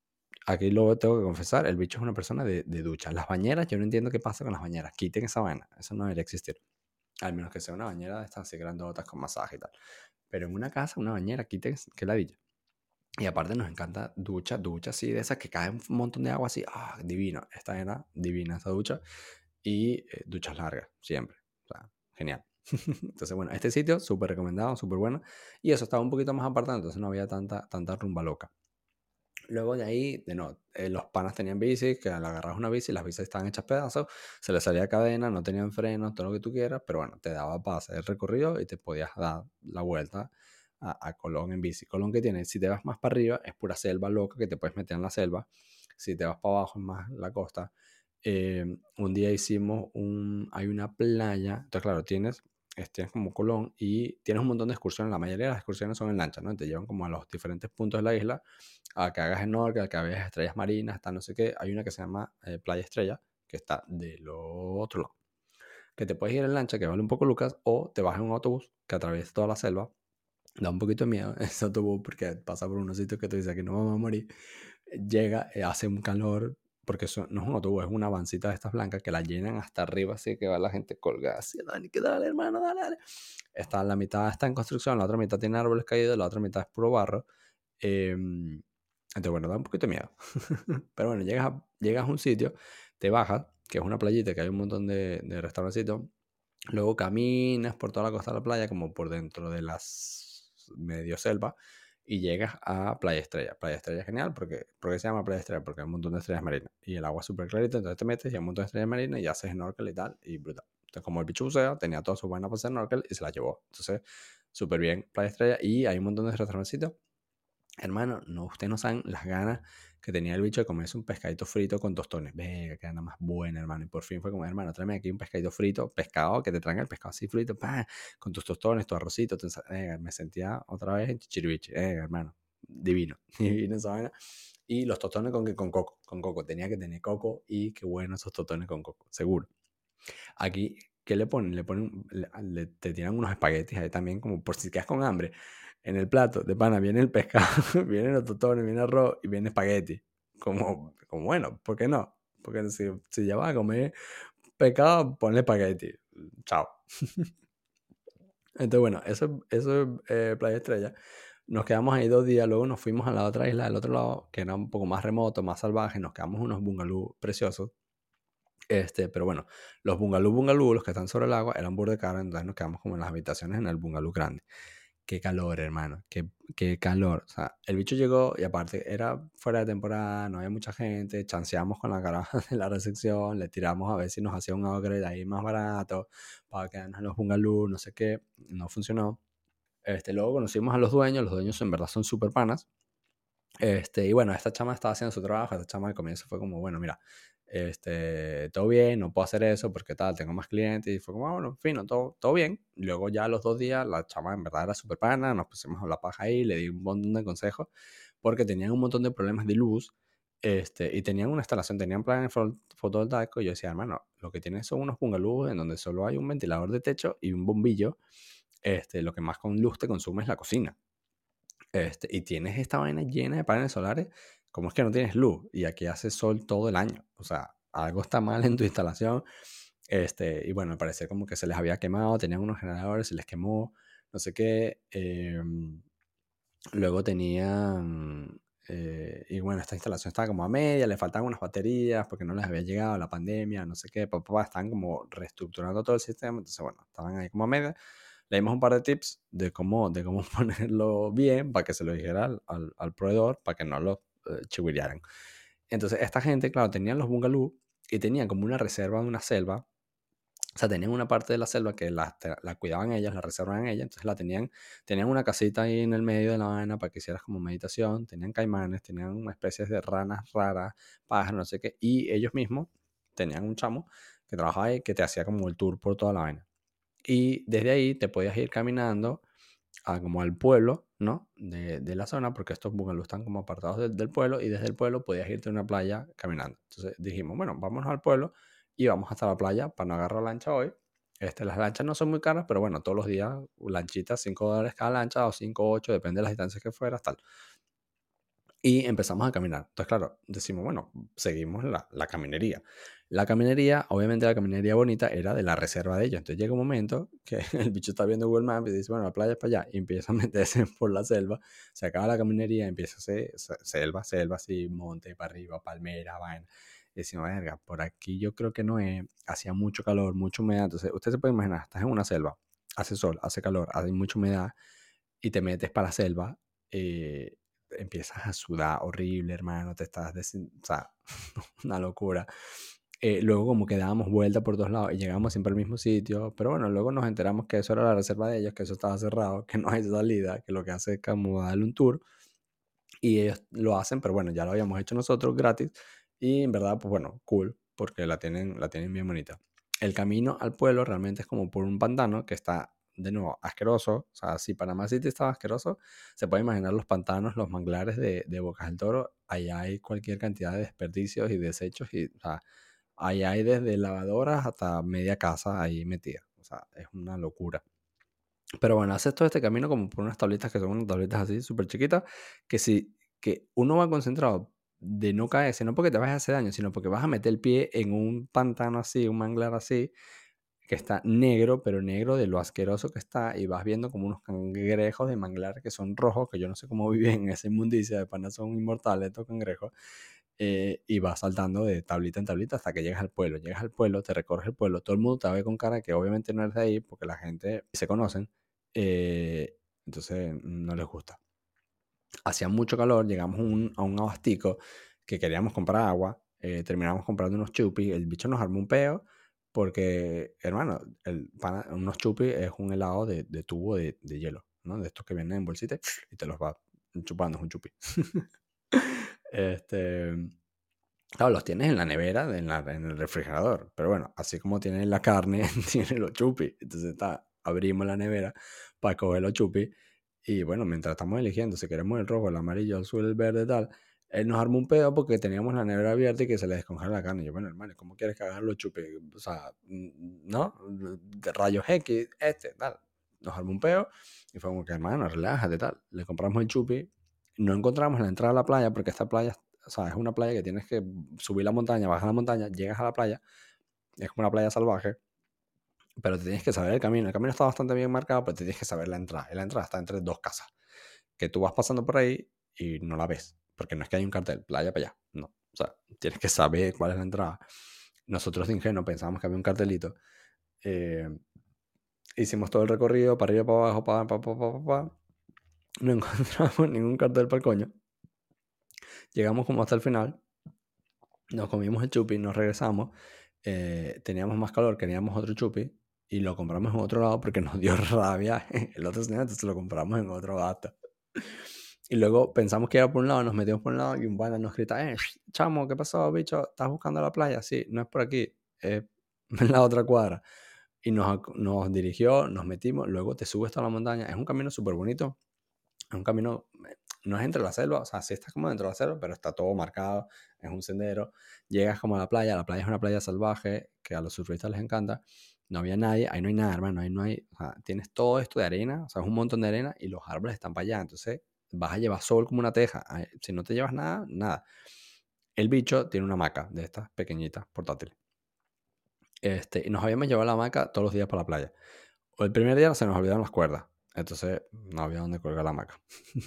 Aquí lo tengo que confesar, el bicho es una persona de ducha. Las bañeras, yo no entiendo qué pasa con las bañeras. Quiten esa vaina, eso no debería existir. Al menos que sea una bañera de estas así grandotas con masaje y tal. Pero en una casa, una bañera, quiten, qué ladilla. Y aparte nos encanta ducha, ducha así, de esas que cae un montón de agua así. Ah, divino. Esta era divina esa ducha. Y duchas largas, siempre. O sea, genial. Entonces, bueno, este sitio súper recomendado, súper bueno. Y eso estaba un poquito más apartado, entonces no había tanta rumba loca. Luego de ahí, de no, los panas tenían bici, que al agarras una bici, las bicis estaban hechas pedazos, se les salía cadena, no tenían frenos, todo lo que tú quieras, pero bueno, te daba para hacer el recorrido y te podías dar la vuelta a Colón en bici. Colón que tiene, si te vas más para arriba, es pura selva loca que te puedes meter en la selva. Si te vas para abajo, es más la costa. Un día hicimos hay una playa, entonces claro, tienes como Colón y tienes un montón de excursiones, la mayoría de las excursiones son en lancha, ¿no? Te llevan como a los diferentes puntos de la isla a que hagas snorkel, a que veas estrellas marinas, hasta no sé qué. Hay una que se llama Playa Estrella, que está del otro lado. Que te puedes ir en lancha, que vale un poco lucas, o te vas en un autobús que atraviesa toda la selva. Da un poquito de miedo ese autobús porque pasa por unos sitios que tú dices que no vamos a morir. Llega, hace un calor, porque eso no es un autobús, es una vancita de estas blancas que la llenan hasta arriba, así que va la gente colgada así, Dani, que dale, hermano, dale, dale. La mitad está en construcción, la otra mitad tiene árboles caídos, la otra mitad es puro barro. Entonces, bueno, da un poquito de miedo. Pero bueno, llegas a un sitio, te bajas, que es una playita, que hay un montón de restaurancitos. Luego caminas por toda la costa de la playa, como por dentro de las medio selva, y llegas a Playa Estrella. Playa Estrella es genial, ¿por qué se llama Playa Estrella? Porque hay un montón de estrellas marinas. Y el agua es súper clarita, entonces te metes y hay un montón de estrellas marinas y haces snorkel y tal, y brutal. Entonces, como el bicho bucea, tenía toda su buena para hacer snorkel y se la llevó. Entonces, súper bien Playa Estrella. Y hay un montón de restaurancitos. Hermano, no, ustedes no saben las ganas que tenía el bicho de comerse un pescadito frito con tostones. Venga, que anda más buena, hermano. Y por fin fue como, hermano, tráeme aquí un pescadito frito, pescado, que te traigan el pescado así frito, pa, con tus tostones, tu arrocito. Venga, me sentía otra vez en Chichiriviche. Venga, hermano, divino, divino esa vaina. Y los tostones con coco. Tenía que tener coco y qué bueno esos tostones con coco, seguro. Aquí, ¿qué le ponen? Te tiran unos espaguetis ahí también, como por si quedas con hambre. En el plato de pana viene el pescado, vienen los tostones, viene arroz y viene espagueti. Como bueno, ¿por qué no? Porque si ya vas a comer pescado, ponle espagueti. Chao. Entonces, bueno, eso es Playa Estrella. Nos quedamos ahí 2 días, luego nos fuimos a la otra isla del otro lado, que era un poco más remoto, más salvaje. Nos quedamos en unos bungalows preciosos. Pero bueno, los bungalú, los que están sobre el agua, eran burda de caros, entonces nos quedamos como en las habitaciones en el bungalú grande. Qué calor, hermano, qué calor. O sea, el bicho llegó y aparte era fuera de temporada, no había mucha gente, chanceamos con la cara de la recepción, le tiramos a ver si nos hacía un upgrade ahí más barato para quedarnos en los bungalú, no sé qué, no funcionó. Luego conocimos a los dueños en verdad son súper panas. Y bueno, esta chama estaba haciendo su trabajo, esta chama al comienzo fue como, bueno, mira, todo bien, no puedo hacer eso porque tal, tengo más clientes, y fue como, bueno, en fin, todo bien. Luego ya a los 2 días, la chama en verdad era súper pana, nos pusimos a la paja ahí, le di un montón de consejos, porque tenían un montón de problemas de luz, y tenían una instalación, tenían planes fotovoltaicos, y yo decía, hermano, lo que tienen son unos bungalús en donde solo hay un ventilador de techo y un bombillo, lo que más con luz te consume es la cocina. Y tienes esta vaina llena de paneles solares, ¿cómo es que no tienes luz? Y aquí hace sol todo el año. O sea, algo está mal en tu instalación. Y bueno, al parecer como que se les había quemado, tenían unos generadores, se les quemó, no sé qué. Luego tenían, y bueno, esta instalación estaba como a media, le faltaban unas baterías porque no les había llegado la pandemia, no sé qué, estaban como reestructurando todo el sistema, entonces bueno, estaban ahí como a media. Le dimos un par de tips de cómo ponerlo bien para que se lo dijera al proveedor, para que no lo chihuillaran. Entonces, esta gente, claro, tenían los bungalows y tenían como una reserva de una selva. O sea, tenían una parte de la selva que la cuidaban ellas, la reservaban ellas, entonces tenían una casita ahí en el medio de la vaina para que hicieras como meditación, tenían caimanes, tenían especies de ranas raras, pájaros, no sé qué, y ellos mismos tenían un chamo que trabajaba ahí que te hacía como el tour por toda la vaina. Y desde ahí te podías ir caminando como al pueblo, ¿no? De la zona, porque estos bungalows están como apartados del pueblo y desde el pueblo podías irte a una playa caminando. Entonces dijimos, bueno, vámonos al pueblo y vamos hasta la playa para no agarrar lancha hoy. Las lanchas no son muy caras, pero bueno, todos los días lanchitas, $5 cada lancha o 5 8, depende de las distancias que fueras, tal. Y empezamos a caminar. Entonces, claro, decimos, bueno, seguimos la caminería. La caminería, obviamente la caminería bonita era de la reserva de ellos. Entonces llega un momento que el bicho está viendo Google Maps y dice, bueno, la playa es para allá. Y empieza a meterse por la selva. Se acaba la caminería, empieza a ser selva, selva, así, monte para arriba, palmera, vaina. Y decimos, verga, por aquí yo creo que no es. Hacía mucho calor, mucha humedad. Entonces, usted se puede imaginar, estás en una selva, hace sol, hace calor, hay mucha humedad y te metes para la selva. Empiezas a sudar horrible, hermano, o sea, una locura. Luego como que dábamos vuelta por todos lados y llegamos siempre al mismo sitio, pero bueno, luego nos enteramos que eso era la reserva de ellos, que eso estaba cerrado, que no hay salida, que lo que hace es como darle un tour y ellos lo hacen, pero bueno, ya lo habíamos hecho nosotros gratis y en verdad, pues bueno, cool, porque la tienen bien bonita. El camino al pueblo realmente es como por un pantano que está, de nuevo, asqueroso. O sea, si Panamá City estaba asqueroso, se puede imaginar los pantanos, los manglares de Bocas del Toro. Allá hay cualquier cantidad de desperdicios y desechos y, o sea, allá hay desde lavadoras hasta media casa ahí metida. O sea, es una locura. Pero bueno, haces todo este camino como por unas tablitas que son unas tablitas así súper chiquitas, que si que uno va concentrado de no caerse, no porque te vayas a hacer daño, sino porque vas a meter el pie en un pantano así, un manglar así, que está negro, pero negro de lo asqueroso que está, y vas viendo como unos cangrejos de manglar que son rojos, que yo no sé cómo viven en esa inmundicia, de pana son inmortales estos cangrejos, y vas saltando de tablita en tablita hasta que llegas al pueblo. Llegas al pueblo, te recorres el pueblo, todo el mundo te ve con cara que obviamente no eres de ahí, porque la gente se conocen, entonces no les gusta. Hacía mucho calor, llegamos a un abastico que queríamos comprar agua, terminamos comprando unos chupis, el bicho nos armó un peo porque, hermano, unos chupis es un helado de tubo de hielo, ¿no? De estos que vienen en bolsita y te los va chupando, es un chupi. este, claro, los tienes en la nevera, en el refrigerador, pero bueno, así como tienes la carne, tienes los chupis. Entonces abrimos la nevera para coger los chupis y bueno, mientras estamos eligiendo si queremos el rojo, el amarillo, el azul, el verde, tal, él nos armó un pedo porque teníamos la nevera abierta y que se le descongela la carne. Y yo, bueno, hermano, ¿cómo quieres que hagan los chupis? O sea, ¿no? De rayos X, tal. Nos armó un pedo y fue como que, hermano, relájate, tal. Le compramos el chupi. No encontramos la entrada a la playa porque esta playa, o sea, es una playa que tienes que subir la montaña, bajar la montaña, llegas a la playa, es como una playa salvaje, pero te tienes que saber el camino. El camino está bastante bien marcado, pero te tienes que saber la entrada. Y la entrada está entre dos casas, que tú vas pasando por ahí y no la ves, porque no es que hay un cartel, playa para allá, no. O sea, tienes que saber cuál es la entrada. Nosotros de ingenuo pensábamos que había un cartelito. Eh, Hicimos todo el recorrido, para arriba, para abajo, pa. No encontramos ningún cartel para el coño. Llegamos como hasta el final, nos comimos el chupi, nos regresamos, teníamos más calor, queríamos otro chupi y lo compramos en otro lado porque nos dio rabia el otro señor, entonces lo compramos en otro gato. Y luego pensamos que era por un lado, nos metimos por un lado y un bala nos grita, chamo, ¿qué pasó, bicho? ¿Estás buscando la playa? Sí, no es por aquí, es en la otra cuadra. Y nos dirigió, nos metimos, luego te subes hasta la montaña, es un camino súper bonito, es un camino, no es entre la selva, o sea, sí estás como dentro de la selva, pero está todo marcado, es un sendero. Llegas como a la playa es una playa salvaje que a los surfistas les encanta. No había nadie, ahí no hay nada, hermano, ahí no hay, o sea, tienes todo esto de arena, o sea, es un montón de arena y los árboles están para allá, entonces vas a llevar sol como una teja. Si no te llevas nada, nada. El bicho tiene una hamaca de estas pequeñitas, portátiles. Y nos habíamos llevado la hamaca todos los días para la playa. O el primer día se nos olvidaron las cuerdas. Entonces no había dónde colgar la hamaca.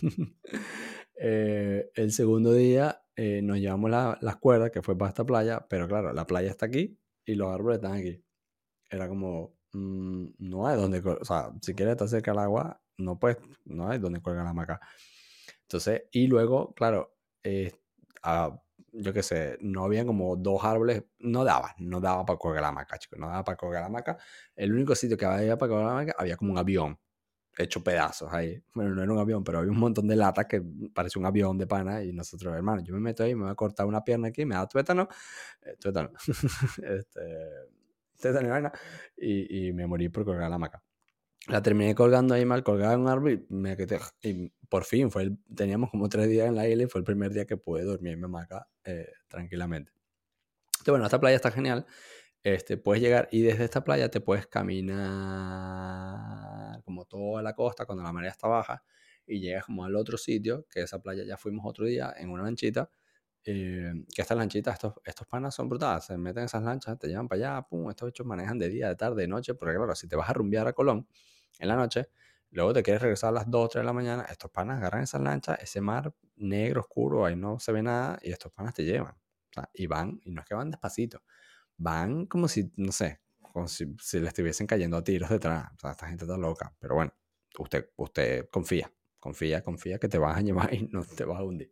El segundo día nos llevamos las cuerdas, que fue para esta playa, pero claro, la playa está aquí y los árboles están aquí. Era como, no hay donde, o sea, si quieres estar cerca del agua, no puedes, no hay donde colgar la hamaca. Entonces, y luego, claro, ah, yo qué sé, no había como dos árboles, no daba para colgar la hamaca, chicos, no daba para colgar la hamaca. El único sitio que había para colgar la hamaca, había como un avión hecho pedazos ahí. Bueno, no era un avión, pero había un montón de latas que parecía un avión de pana y nosotros, hermano, yo me meto ahí, me voy a cortar una pierna aquí, me da tuétano, tuétano, este, tétano y vaina, y me morí por colgar la hamaca. La terminé colgando ahí mal, colgada en un árbol y me quedé. Y por fin, teníamos como 3 días en la isla y fue el primer día que pude dormir en mi hamaca tranquilamente. Entonces, bueno, esta playa está genial. Puedes llegar y desde esta playa te puedes caminar como toda la costa cuando la marea está baja y llegas como al otro sitio, que esa playa ya fuimos otro día en una lanchita, que estas lanchitas, estos panas son brutales, se meten en esas lanchas, te llevan para allá, pum, estos hechos manejan de día, de tarde, de noche, porque claro, si te vas a rumbear a Colón en la noche, luego te quieres regresar a las 2 3 de la mañana, estos panas agarran esas lanchas, ese mar negro, oscuro, ahí no se ve nada, y estos panas te llevan. O sea, y van, y no es que van despacito, van como si, no sé, como si le estuviesen cayendo a tiros detrás. O sea, esta gente está loca. Pero bueno, usted confía que te vas a llevar y no te vas a hundir.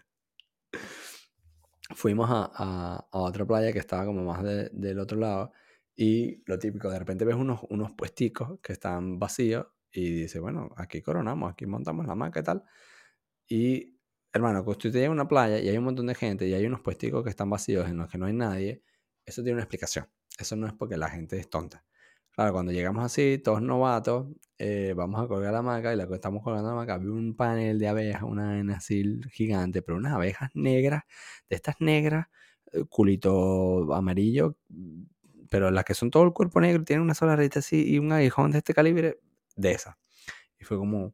Fuimos a otra playa que estaba como más del otro lado y lo típico, de repente ves unos puesticos que están vacíos y dices, bueno, aquí coronamos, aquí montamos la hamaca y tal. Y, hermano, cuando usted llega a una playa y hay un montón de gente y hay unos puesticos que están vacíos en los que no hay nadie, eso tiene una explicación. Eso no es porque la gente es tonta. Claro, cuando llegamos así, todos novatos, vamos a colgar la hamaca y la que estamos colgando la hamaca, había un panel de abejas, una vaina así gigante, pero unas abejas negras, de estas negras, culito amarillo, pero las que son todo el cuerpo negro, tienen una sola rayita así y un aguijón de este calibre, de esas. Y fue como,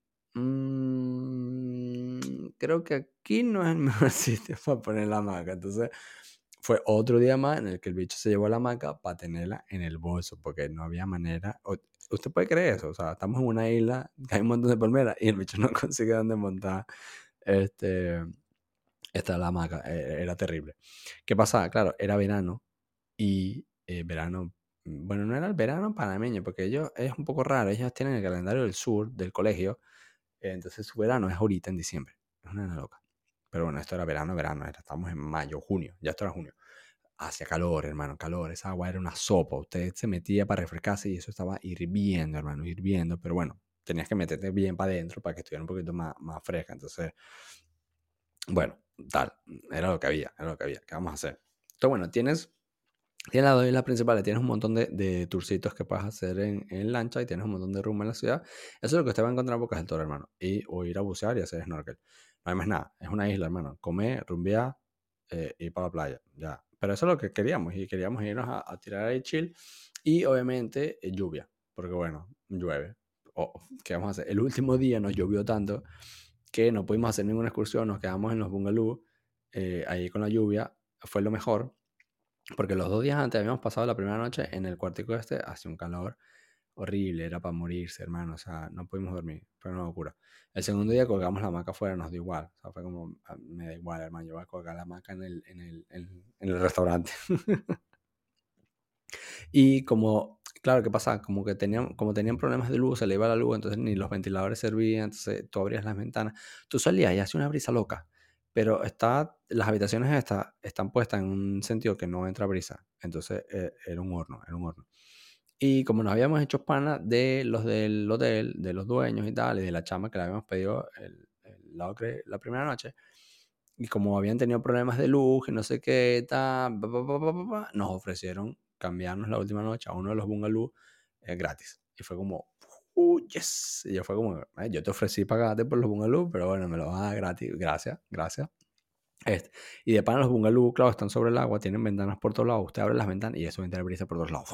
creo que aquí no es el mejor sitio para poner la hamaca. Entonces fue otro día más en el que el bicho se llevó la hamaca para tenerla en el bolso, porque no había manera. Usted puede creer eso, o sea, estamos en una isla que hay un montón de palmeras y el bicho no consigue dónde montar este, la hamaca. Era terrible. ¿Qué pasaba? Claro, era verano y verano, bueno, no era el verano panameño, porque ellos es un poco raro, ellos tienen el calendario del sur, del colegio, entonces su verano es ahorita en diciembre. Es una loca. Pero bueno, esto era verano, estamos en mayo, junio, ya esto era junio. Hacía calor, hermano, calor. Esa agua era una sopa. Usted se metía para refrescarse y eso estaba hirviendo, hermano, hirviendo. Pero bueno, tenías que meterte bien para adentro para que estuviera un poquito más fresca. Entonces, bueno, tal. Era lo que había, era lo que había. ¿Qué vamos a hacer? Entonces, bueno, tienes las dos islas principales, tienes un montón de tourcitos que puedes hacer en lancha y tienes un montón de rumbo en la ciudad. Eso es lo que usted va a encontrar en Bocas del Toro, hermano. O ir a bucear y hacer snorkel. No hay más nada. Es una isla, hermano. Comer, rumbear, ir para la playa. Ya. Pero eso es lo que queríamos. Y queríamos irnos a tirar ahí chill. Y obviamente lluvia. Porque bueno, llueve. ¿Qué vamos a hacer? El último día nos llovió tanto que no pudimos hacer ninguna excursión. Nos quedamos en los bungalows ahí con la lluvia. Fue lo mejor porque los 2 días antes habíamos pasado la primera noche en el cuartico este, hacía un calor horrible, era para morirse, hermano, o sea, no pudimos dormir, fue una locura. El segundo día colgamos la hamaca afuera, nos dio igual, o sea, fue como, me da igual, hermano, yo voy a colgar la hamaca en el restaurante. Y como, claro, ¿qué pasa? Como tenían problemas de luz, se le iba la luz, entonces ni los ventiladores servían, entonces tú abrías las ventanas, tú salías y hacía una brisa loca, pero las habitaciones estas están puestas en un sentido que no entra brisa, entonces era un horno, era un horno. Y como nos habíamos hecho pana de los del hotel, de los dueños y tal, y de la chama que le habíamos pedido la primera noche, y como habían tenido problemas de luz y no sé qué, tal, nos ofrecieron cambiarnos la última noche a uno de los bungalows gratis. Y fue como, yes. Y yo fue como, yo te ofrecí pagarte por los bungalows, pero bueno, me lo vas a dar gratis. Gracias, gracias. Y de pana los bungalows, claro, están sobre el agua, tienen ventanas por todos lados. Usted abre las ventanas y eso entra brisa por todos lados.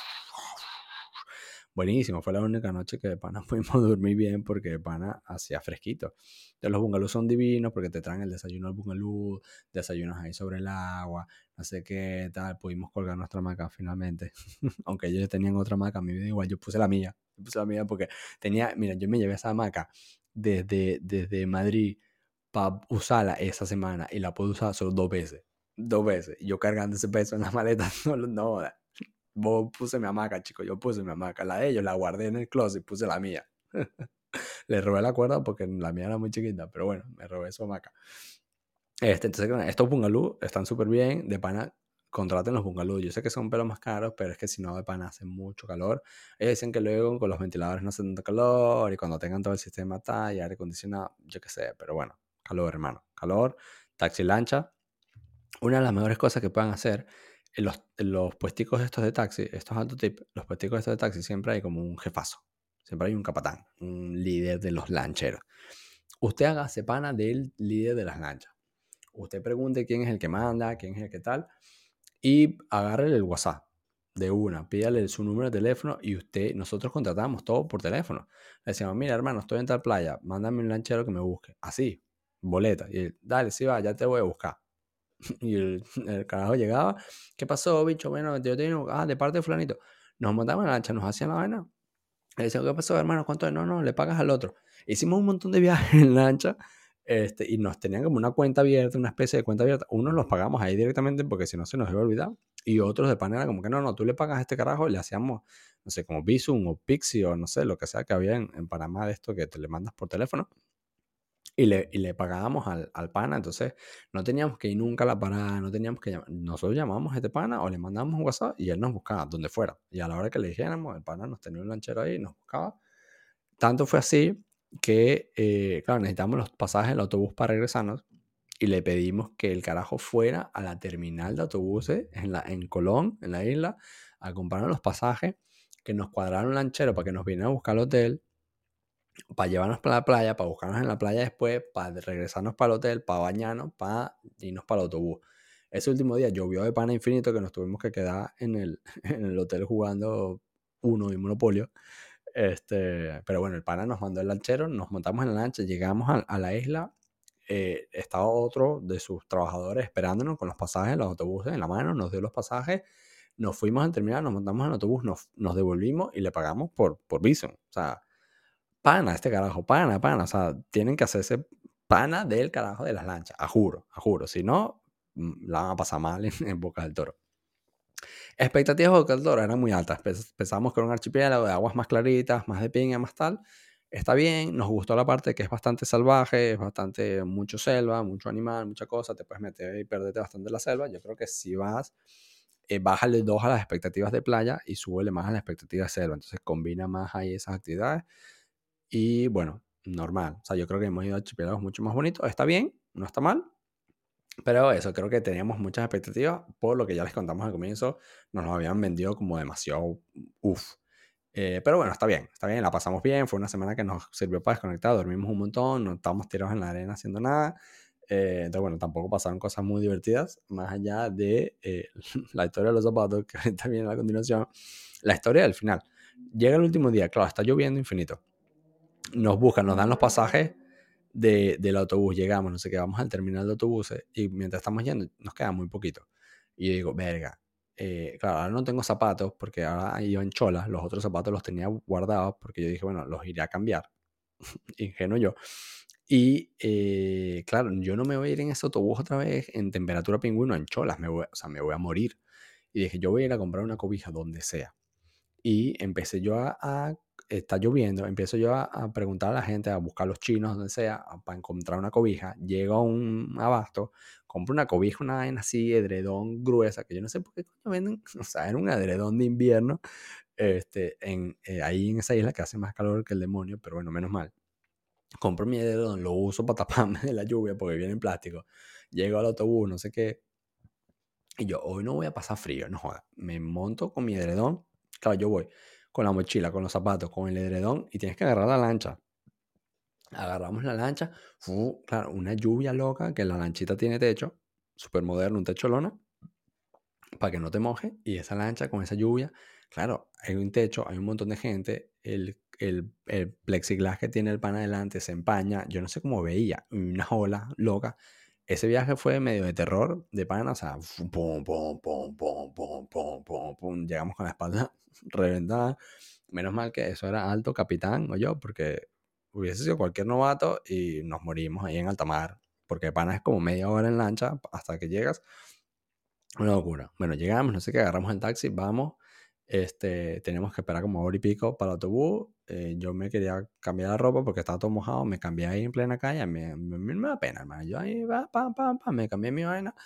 Buenísimo, fue la única noche que de pana pudimos dormir bien porque de pana hacía fresquito. Entonces los bungalows son divinos porque te traen el desayuno al bungalow, desayunos ahí sobre el agua, no sé qué tal. Pudimos colgar nuestra hamaca finalmente. Aunque ellos tenían otra hamaca, a mí me da igual, yo puse la mía. Yo puse la mía porque mira, yo me llevé esa hamaca desde Madrid para usarla esa semana y la puedo usar solo 2 veces. 2 veces. Y yo cargando ese peso en la maleta, no, vos puse mi hamaca, chicos, yo puse mi hamaca. La de ellos la guardé en el closet y puse la mía. Le robé la cuerda porque la mía era muy chiquita, pero bueno, me robé su hamaca. Entonces, estos bungalows están súper bien. De pana, contraten los bungalows. Yo sé que son un pelo más caros, pero es que si no, de pana hace mucho calor. Ellos dicen que luego con los ventiladores no hace tanto calor y cuando tengan todo el sistema y aire acondicionado, yo qué sé, pero bueno, calor, hermano. Calor, taxi lancha. Una de las mejores cosas que puedan hacer en los puesticos estos de taxi, estos alto tip, los puesticos estos de taxi siempre hay como un jefazo, siempre hay un capatán, un líder de los lancheros. Usted hágase pana del líder de las lanchas. Usted pregunte quién es el que manda, quién es el que tal, y agárrele el WhatsApp. de una, pídale su número de teléfono y nosotros contratamos todo por teléfono. Le decíamos, mira hermano, estoy en tal playa, mándame un lanchero que me busque. Así, boleta. Y él, dale, sí va, ya te voy a buscar. Y el carajo llegaba, ¿qué pasó, bicho? Bueno, yo tengo, de parte de fulanito. Nos montaban en la lancha, nos hacían la vaina. Le decíamos, ¿qué pasó, hermano? ¿Cuánto es? No, no, le pagas al otro. Hicimos un montón de viajes en lancha, y nos tenían como una cuenta abierta, una especie de cuenta abierta. Unos los pagamos ahí directamente porque si no se nos iba a olvidar. Y otros de panera como que no, no, tú le pagas a este carajo y le hacíamos, no sé, como Bizum o Pixie o no sé, lo que sea que había en Panamá de esto que te le mandas por teléfono. Y le pagábamos al pana, entonces no teníamos que ir nunca a la parada, no teníamos que llamar. Nosotros llamábamos a este pana o le mandábamos un WhatsApp y él nos buscaba donde fuera. Y a la hora que le dijéramos, el pana nos tenía un lanchero ahí y nos buscaba. Tanto fue así que, claro, necesitamos los pasajes del autobús para regresarnos y le pedimos que el carajo fuera a la terminal de autobuses en Colón, en la isla, a comprarnos los pasajes, que nos cuadraron un lanchero para que nos viniera a buscar al hotel, para llevarnos para la playa, para buscarnos en la playa después, para regresarnos para el hotel, para bañarnos, para irnos para el autobús. Ese último día llovió de pana infinito que nos tuvimos que quedar en el hotel jugando Uno y Monopolio. Pero bueno, el pana nos mandó el lanchero, nos montamos en la lancha, llegamos a la isla. Estaba otro de sus trabajadores esperándonos con los pasajes en los autobuses en la mano, nos dio los pasajes, nos fuimos al terminal, nos montamos en el autobús, nos devolvimos y le pagamos por Bison. O sea, pana este carajo, pana. O sea, tienen que hacerse pana del carajo de las lanchas, a juro, a juro. Si no, la van a pasar mal en Boca del Toro. Expectativas de Boca del Toro eran muy altas. Pensábamos que era un archipiélago de aguas más claritas, más de piña, más tal. Está bien, nos gustó la parte que es bastante salvaje, es bastante mucho selva, mucho animal, mucha cosa. Te puedes meter y perderte bastante en la selva. Yo creo que si vas, bájale 2 a las expectativas de playa y súbele más a las expectativas de selva. Entonces combina más ahí esas actividades. Y bueno, normal. O sea, yo creo que hemos ido a archipiélagos mucho más bonitos. Está bien, no está mal. Pero eso, creo que teníamos muchas expectativas por lo que ya les contamos al comienzo. Nos lo habían vendido como demasiado uff. Pero bueno, está bien, la pasamos bien. Fue una semana que nos sirvió para desconectar. Dormimos un montón, no estábamos tirados en la arena haciendo nada. Entonces, bueno, tampoco pasaron cosas muy divertidas, más allá de la historia de los zapatos, que ahorita viene a continuación. La historia del final. Llega el último día, claro, está lloviendo infinito. Nos buscan, nos dan los pasajes del autobús, llegamos, no sé qué, vamos al terminal de autobuses y mientras estamos yendo nos queda muy poquito. Y yo digo, verga, claro, ahora no tengo zapatos porque ahora iba en cholas, los otros zapatos los tenía guardados porque yo dije, bueno, los iré a cambiar, ingenuo yo. Y claro, yo no me voy a ir en ese autobús otra vez en temperatura pingüino, en cholas, o sea, me voy a morir. Y dije, yo voy a ir a comprar una cobija donde sea. Y empecé yo está lloviendo, empiezo yo a preguntar a la gente, a buscar a los chinos, donde sea, para encontrar una cobija. Llego a un abasto, compro una cobija, una vaina así, edredón gruesa, que yo no sé por qué coño venden, o sea, era un edredón de invierno, ahí en esa isla que hace más calor que el demonio, pero bueno, menos mal. Compro mi edredón, lo uso para taparme de la lluvia porque viene en plástico. Llego al autobús, no sé qué, y yo, hoy no voy a pasar frío, no joda. Me monto con mi edredón. Claro, yo voy con la mochila, con los zapatos, con el edredón y tienes que agarrar la lancha. Agarramos la lancha. Claro, una lluvia loca que la lanchita tiene techo, súper moderno, un techo lona, para que no te moje. Y esa lancha con esa lluvia, claro, hay un techo, hay un montón de gente. El plexiglas que tiene el pan adelante se empaña. Yo no sé cómo veía, una ola loca. Ese viaje fue medio de terror, de pana, o sea, pum, pum, pum, pum, pum, pum, pum, pum. Llegamos con la espalda reventada. Menos mal que eso era alto capitán o yo, porque hubiese sido cualquier novato y nos morimos ahí en alta mar. Porque de pana es como media hora en lancha hasta que llegas. Una locura. Bueno, llegamos, no sé qué, agarramos el taxi, vamos. Tenemos que esperar como hora y pico para el autobús. Yo me quería cambiar la ropa porque estaba todo mojado. Me cambié ahí en plena calle. Me da pena, hermano. Yo ahí, va, pam, pam, pam, me cambié mi vaina.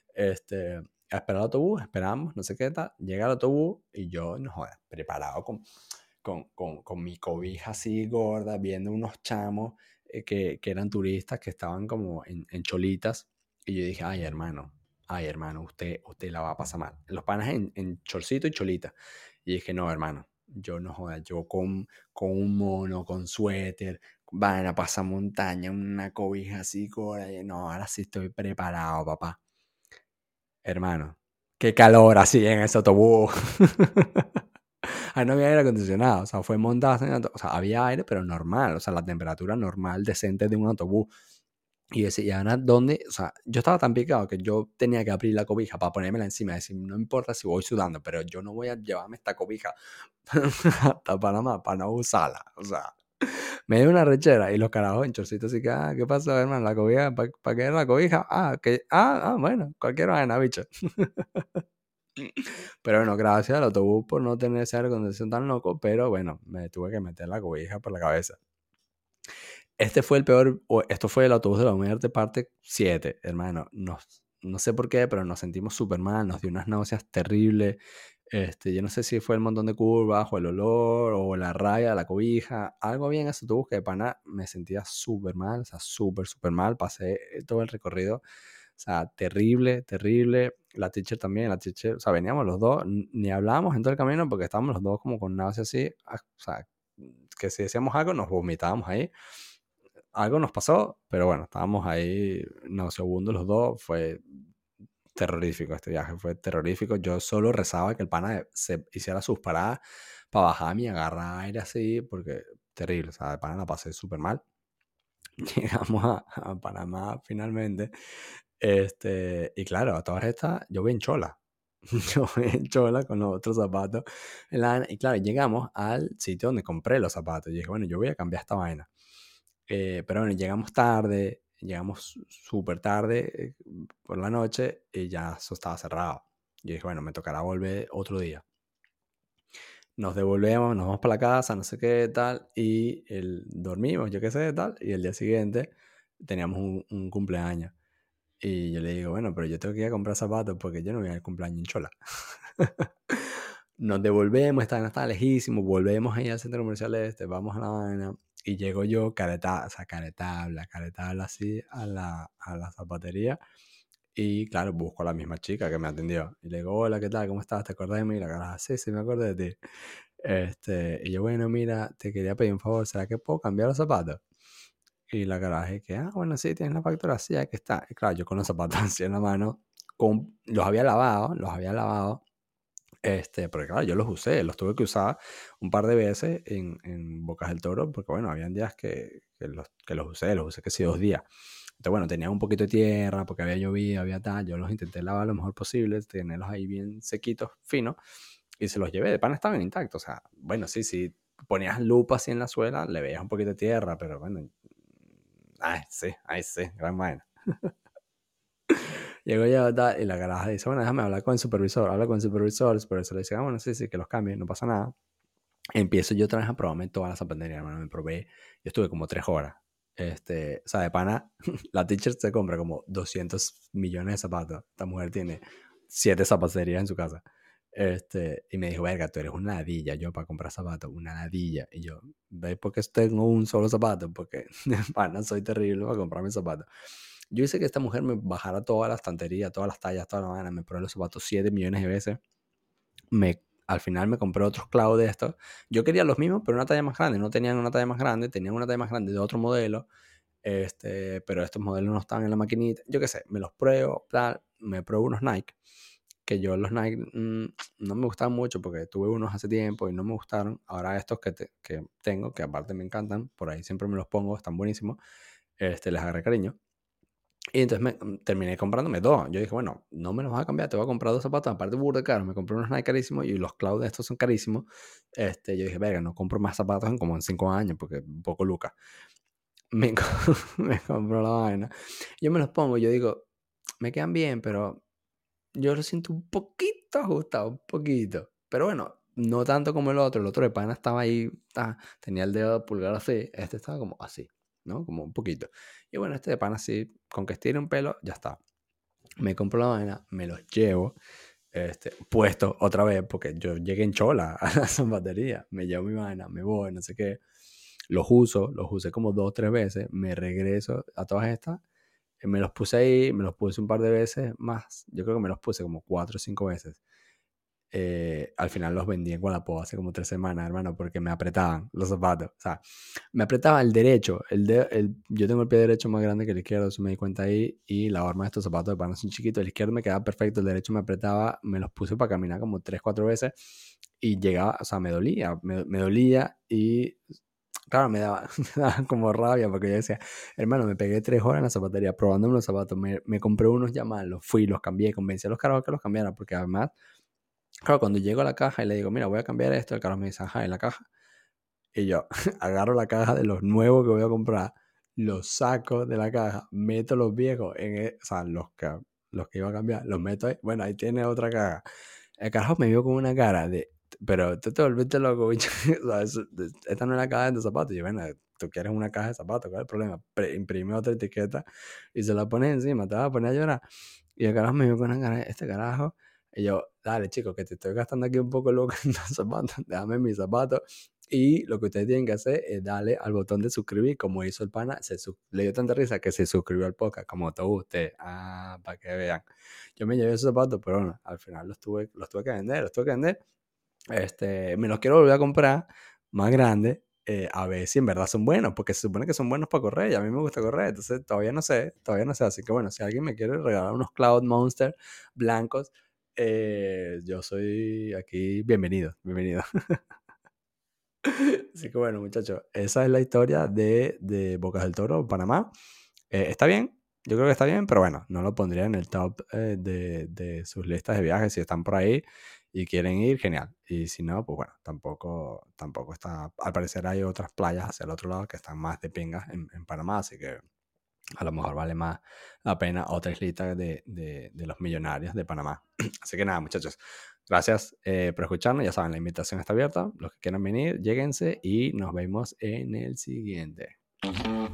A esperar el autobús, esperamos, no sé qué tal. Llega el autobús y yo, no jodas, preparado con mi cobija así gorda, viendo unos chamos que eran turistas que estaban como en cholitas. Y yo dije, ay hermano, usted la va a pasar mal. Los panas en chorcito y cholita. Y dije, no, hermano, yo no joda, yo con un mono, con suéter, van a pasar montaña, una cobija así, gorda. No, ahora sí estoy preparado, papá. Hermano, Qué calor así en ese autobús. Ahí no había aire acondicionado, o sea, fue montaje, o sea, había aire, pero normal, o sea, la temperatura normal, decente de un autobús. Y decía, Ana, ¿dónde? O sea, yo estaba tan picado que yo tenía que abrir la cobija para ponérmela encima. Decir, no importa si voy sudando, pero yo no voy a llevarme esta cobija hasta Panamá para no usarla. O sea, me dio una rechera y los carajos en chorcitos así que, ¿qué pasó, hermano? La cobija, ¿para qué era la cobija? Bueno, cualquier vaina, bicho. Pero bueno, gracias al autobús por no tener ese aire acondicionado tan loco, pero bueno, me tuve que meter la cobija por la cabeza. Este fue el peor, esto fue el autobús de la muerte parte 7, hermano. No sé por qué, pero nos sentimos súper mal, nos dio unas náuseas terribles. Yo no sé si fue el montón de curvas, o el olor, o la raya de la cobija. Algo había en ese autobús que de pana me sentía súper mal, o sea, súper, súper mal. Pasé todo el recorrido, o sea, terrible, terrible. La teacher también, la teacher, o sea, veníamos los dos, ni hablábamos en todo el camino porque estábamos los dos como con náuseas así, o sea, que si decíamos algo nos vomitábamos ahí. Algo nos pasó, pero bueno, estábamos ahí nauseabundos los dos. Fue terrorífico este viaje, fue terrorífico. Yo solo rezaba que el pana se hiciera sus paradas para bajarme y agarrar aire así, porque terrible, o sea, de pana la pasé súper mal. Llegamos a Panamá finalmente. Y claro, a todas estas, yo voy en chola. Yo voy en chola con los otros zapatos. Y claro, llegamos al sitio donde compré los zapatos. Y dije, bueno, yo voy a cambiar esta vaina. Pero bueno, llegamos tarde, llegamos súper tarde por la noche y ya eso estaba cerrado. Y dije, bueno, me tocará volver otro día. Nos devolvemos, nos vamos para la casa, no sé qué, tal, y dormimos, yo qué sé, tal, y el día siguiente teníamos un cumpleaños. Y yo le digo, bueno, pero yo tengo que ir a comprar zapatos porque yo no voy al cumpleaños en chola. Nos devolvemos, está lejísimo, volvemos ahí al centro comercial vamos a la vaina. Y llego yo caretabla así a la zapatería. Y claro, busco a la misma chica que me atendió. Y le digo, hola, ¿qué tal? ¿Cómo estás? ¿Te acuerdas de mí? Y la cara, sí, sí, me acuerdo de ti. Y yo, bueno, mira, te quería pedir un favor, ¿será que puedo cambiar los zapatos? Y la garaje que, bueno, sí, tienes la factura, sí, aquí está. Y claro, yo con los zapatos así en la mano, los había lavado. Porque claro, yo los usé, los tuve que usar un par de veces en Bocas del Toro, porque bueno, habían días que los usé que sí 2 días. Entonces, bueno, tenían un poquito de tierra, porque había llovido, había tal, yo los intenté lavar lo mejor posible, tenerlos ahí bien sequitos, finos, y se los llevé, de pan estaban intactos, o sea, bueno, sí, sí, ponías lupa así en la suela, le veías un poquito de tierra, pero bueno, ay, sí, gran vaina. Llego yo tal, y la garaje dice, bueno, déjame hablar con el supervisor. Habla con el supervisor le dice, bueno, sí, sí, que los cambie, no pasa nada. Empiezo yo otra vez a probarme todas las zapaterías, hermano. Me probé, yo estuve como 3 horas. O sea, de pana, la teacher se compra como 200 millones de zapatos. Esta mujer tiene 7 zapaterías en su casa. Y me dijo, verga, tú eres una ladilla yo para comprar zapatos, una ladilla. Y yo, ¿ves por qué tengo un solo zapato? Porque de pana soy terrible para comprarme zapatos. Yo hice que esta mujer me bajara toda la estantería, todas las tallas, toda la vaina. Me probé los zapatos 7 millones de veces. Al final me compré otros clavos de estos. Yo quería los mismos, pero una talla más grande. No tenían una talla más grande, tenían una talla más grande de otro modelo. Pero estos modelos no estaban en la maquinita. Yo qué sé, me los pruebo, tal. Me pruebo unos Nike, que yo los Nike no me gustaban mucho porque tuve unos hace tiempo y no me gustaron. Ahora estos que tengo, que aparte me encantan, por ahí siempre me los pongo, están buenísimos. Les agarré cariño. Y entonces terminé comprándome dos. Yo dije, bueno, no me los vas a cambiar, te voy a comprar dos zapatos, aparte burda de caro. Me compré unos Nike carísimos y los clouds de estos son carísimos. Yo dije, verga, no compro más zapatos en como en 5 años porque un poco lucas. Me, me compro la vaina. Yo me los pongo y yo digo, me quedan bien, pero yo lo siento un poquito ajustado, un poquito. Pero bueno, no tanto como el otro. El otro de pana estaba ahí, tenía el dedo pulgar así. Este estaba como así, ¿no? Como un poquito. Y bueno, este de pana así, con que estire un pelo, ya está. Me compro la vaina, me los llevo, puesto otra vez, porque yo llegué en chola a la zapatería. Me llevo mi vaina, me voy, no sé qué. Los usé como 2 o 3 veces. Me regreso a todas estas. Me los puse ahí, me los puse un par de veces más. Yo creo que me los puse como 4 o 5 veces. Al final los vendí en Wallapop hace como 3 semanas, hermano, porque me apretaban los zapatos. O sea, me apretaba el derecho. Yo tengo el pie derecho más grande que el izquierdo, eso me di cuenta ahí. Y la horma de estos zapatos de pana son chiquitos. El izquierdo me quedaba perfecto, el derecho me apretaba. Me los puse para caminar como 3, 4 veces. Y llegaba, o sea, me dolía. Me dolía y claro, me daba como rabia porque yo decía, hermano, me pegué 3 horas en la zapatería probándome los zapatos, me compré unos ya más, los fui, los cambié, convencí a los carajos que los cambiaran, porque además, claro, cuando llego a la caja y le digo, mira, voy a cambiar esto, el carajo me dice, ajá, en la caja. Y yo agarro la caja de los nuevos que voy a comprar, los saco de la caja, meto los viejos, o sea, los que iba a cambiar, los meto ahí, bueno, ahí tiene otra caja. El carajo me vio con una cara de, pero tú te volviste loco, bicho. O sea, esta no es la caja de tus zapatos. Y yo, bueno, tú quieres una caja de zapatos, ¿cuál es el problema? Imprime otra etiqueta y se la pones encima, te vas a poner a llorar. Y el carajo me vio con una cara, este carajo. Y yo, dale, chico, que te estoy gastando aquí un poco loco en los zapatos, déjame mis zapatos. Y lo que ustedes tienen que hacer es darle al botón de suscribir, como hizo el pana, le dio tanta risa que se suscribió al podcast, como todos ustedes. Ah, para que vean. Yo me llevé esos zapatos, pero bueno, al final los tuve que vender, me los quiero volver a comprar más grandes, a ver si en verdad son buenos, porque se supone que son buenos para correr, y a mí me gusta correr, entonces todavía no sé, así que bueno, si alguien me quiere regalar unos Cloud Monster blancos, yo soy aquí bienvenido. Así que bueno, muchachos, esa es la historia de Bocas del Toro, Panamá. Está bien, yo creo que está bien, pero bueno, no lo pondría en el top de sus listas de viajes. Si están por ahí y quieren ir, genial. Y si no, pues bueno, tampoco está. Al parecer hay otras playas hacia el otro lado que están más de pingas en Panamá, así que a lo mejor vale más la pena otra islita de los millonarios de Panamá. Así que nada, muchachos, gracias por escucharnos. Ya saben, la invitación está abierta. Los que quieran venir, lléguense y nos vemos en el siguiente.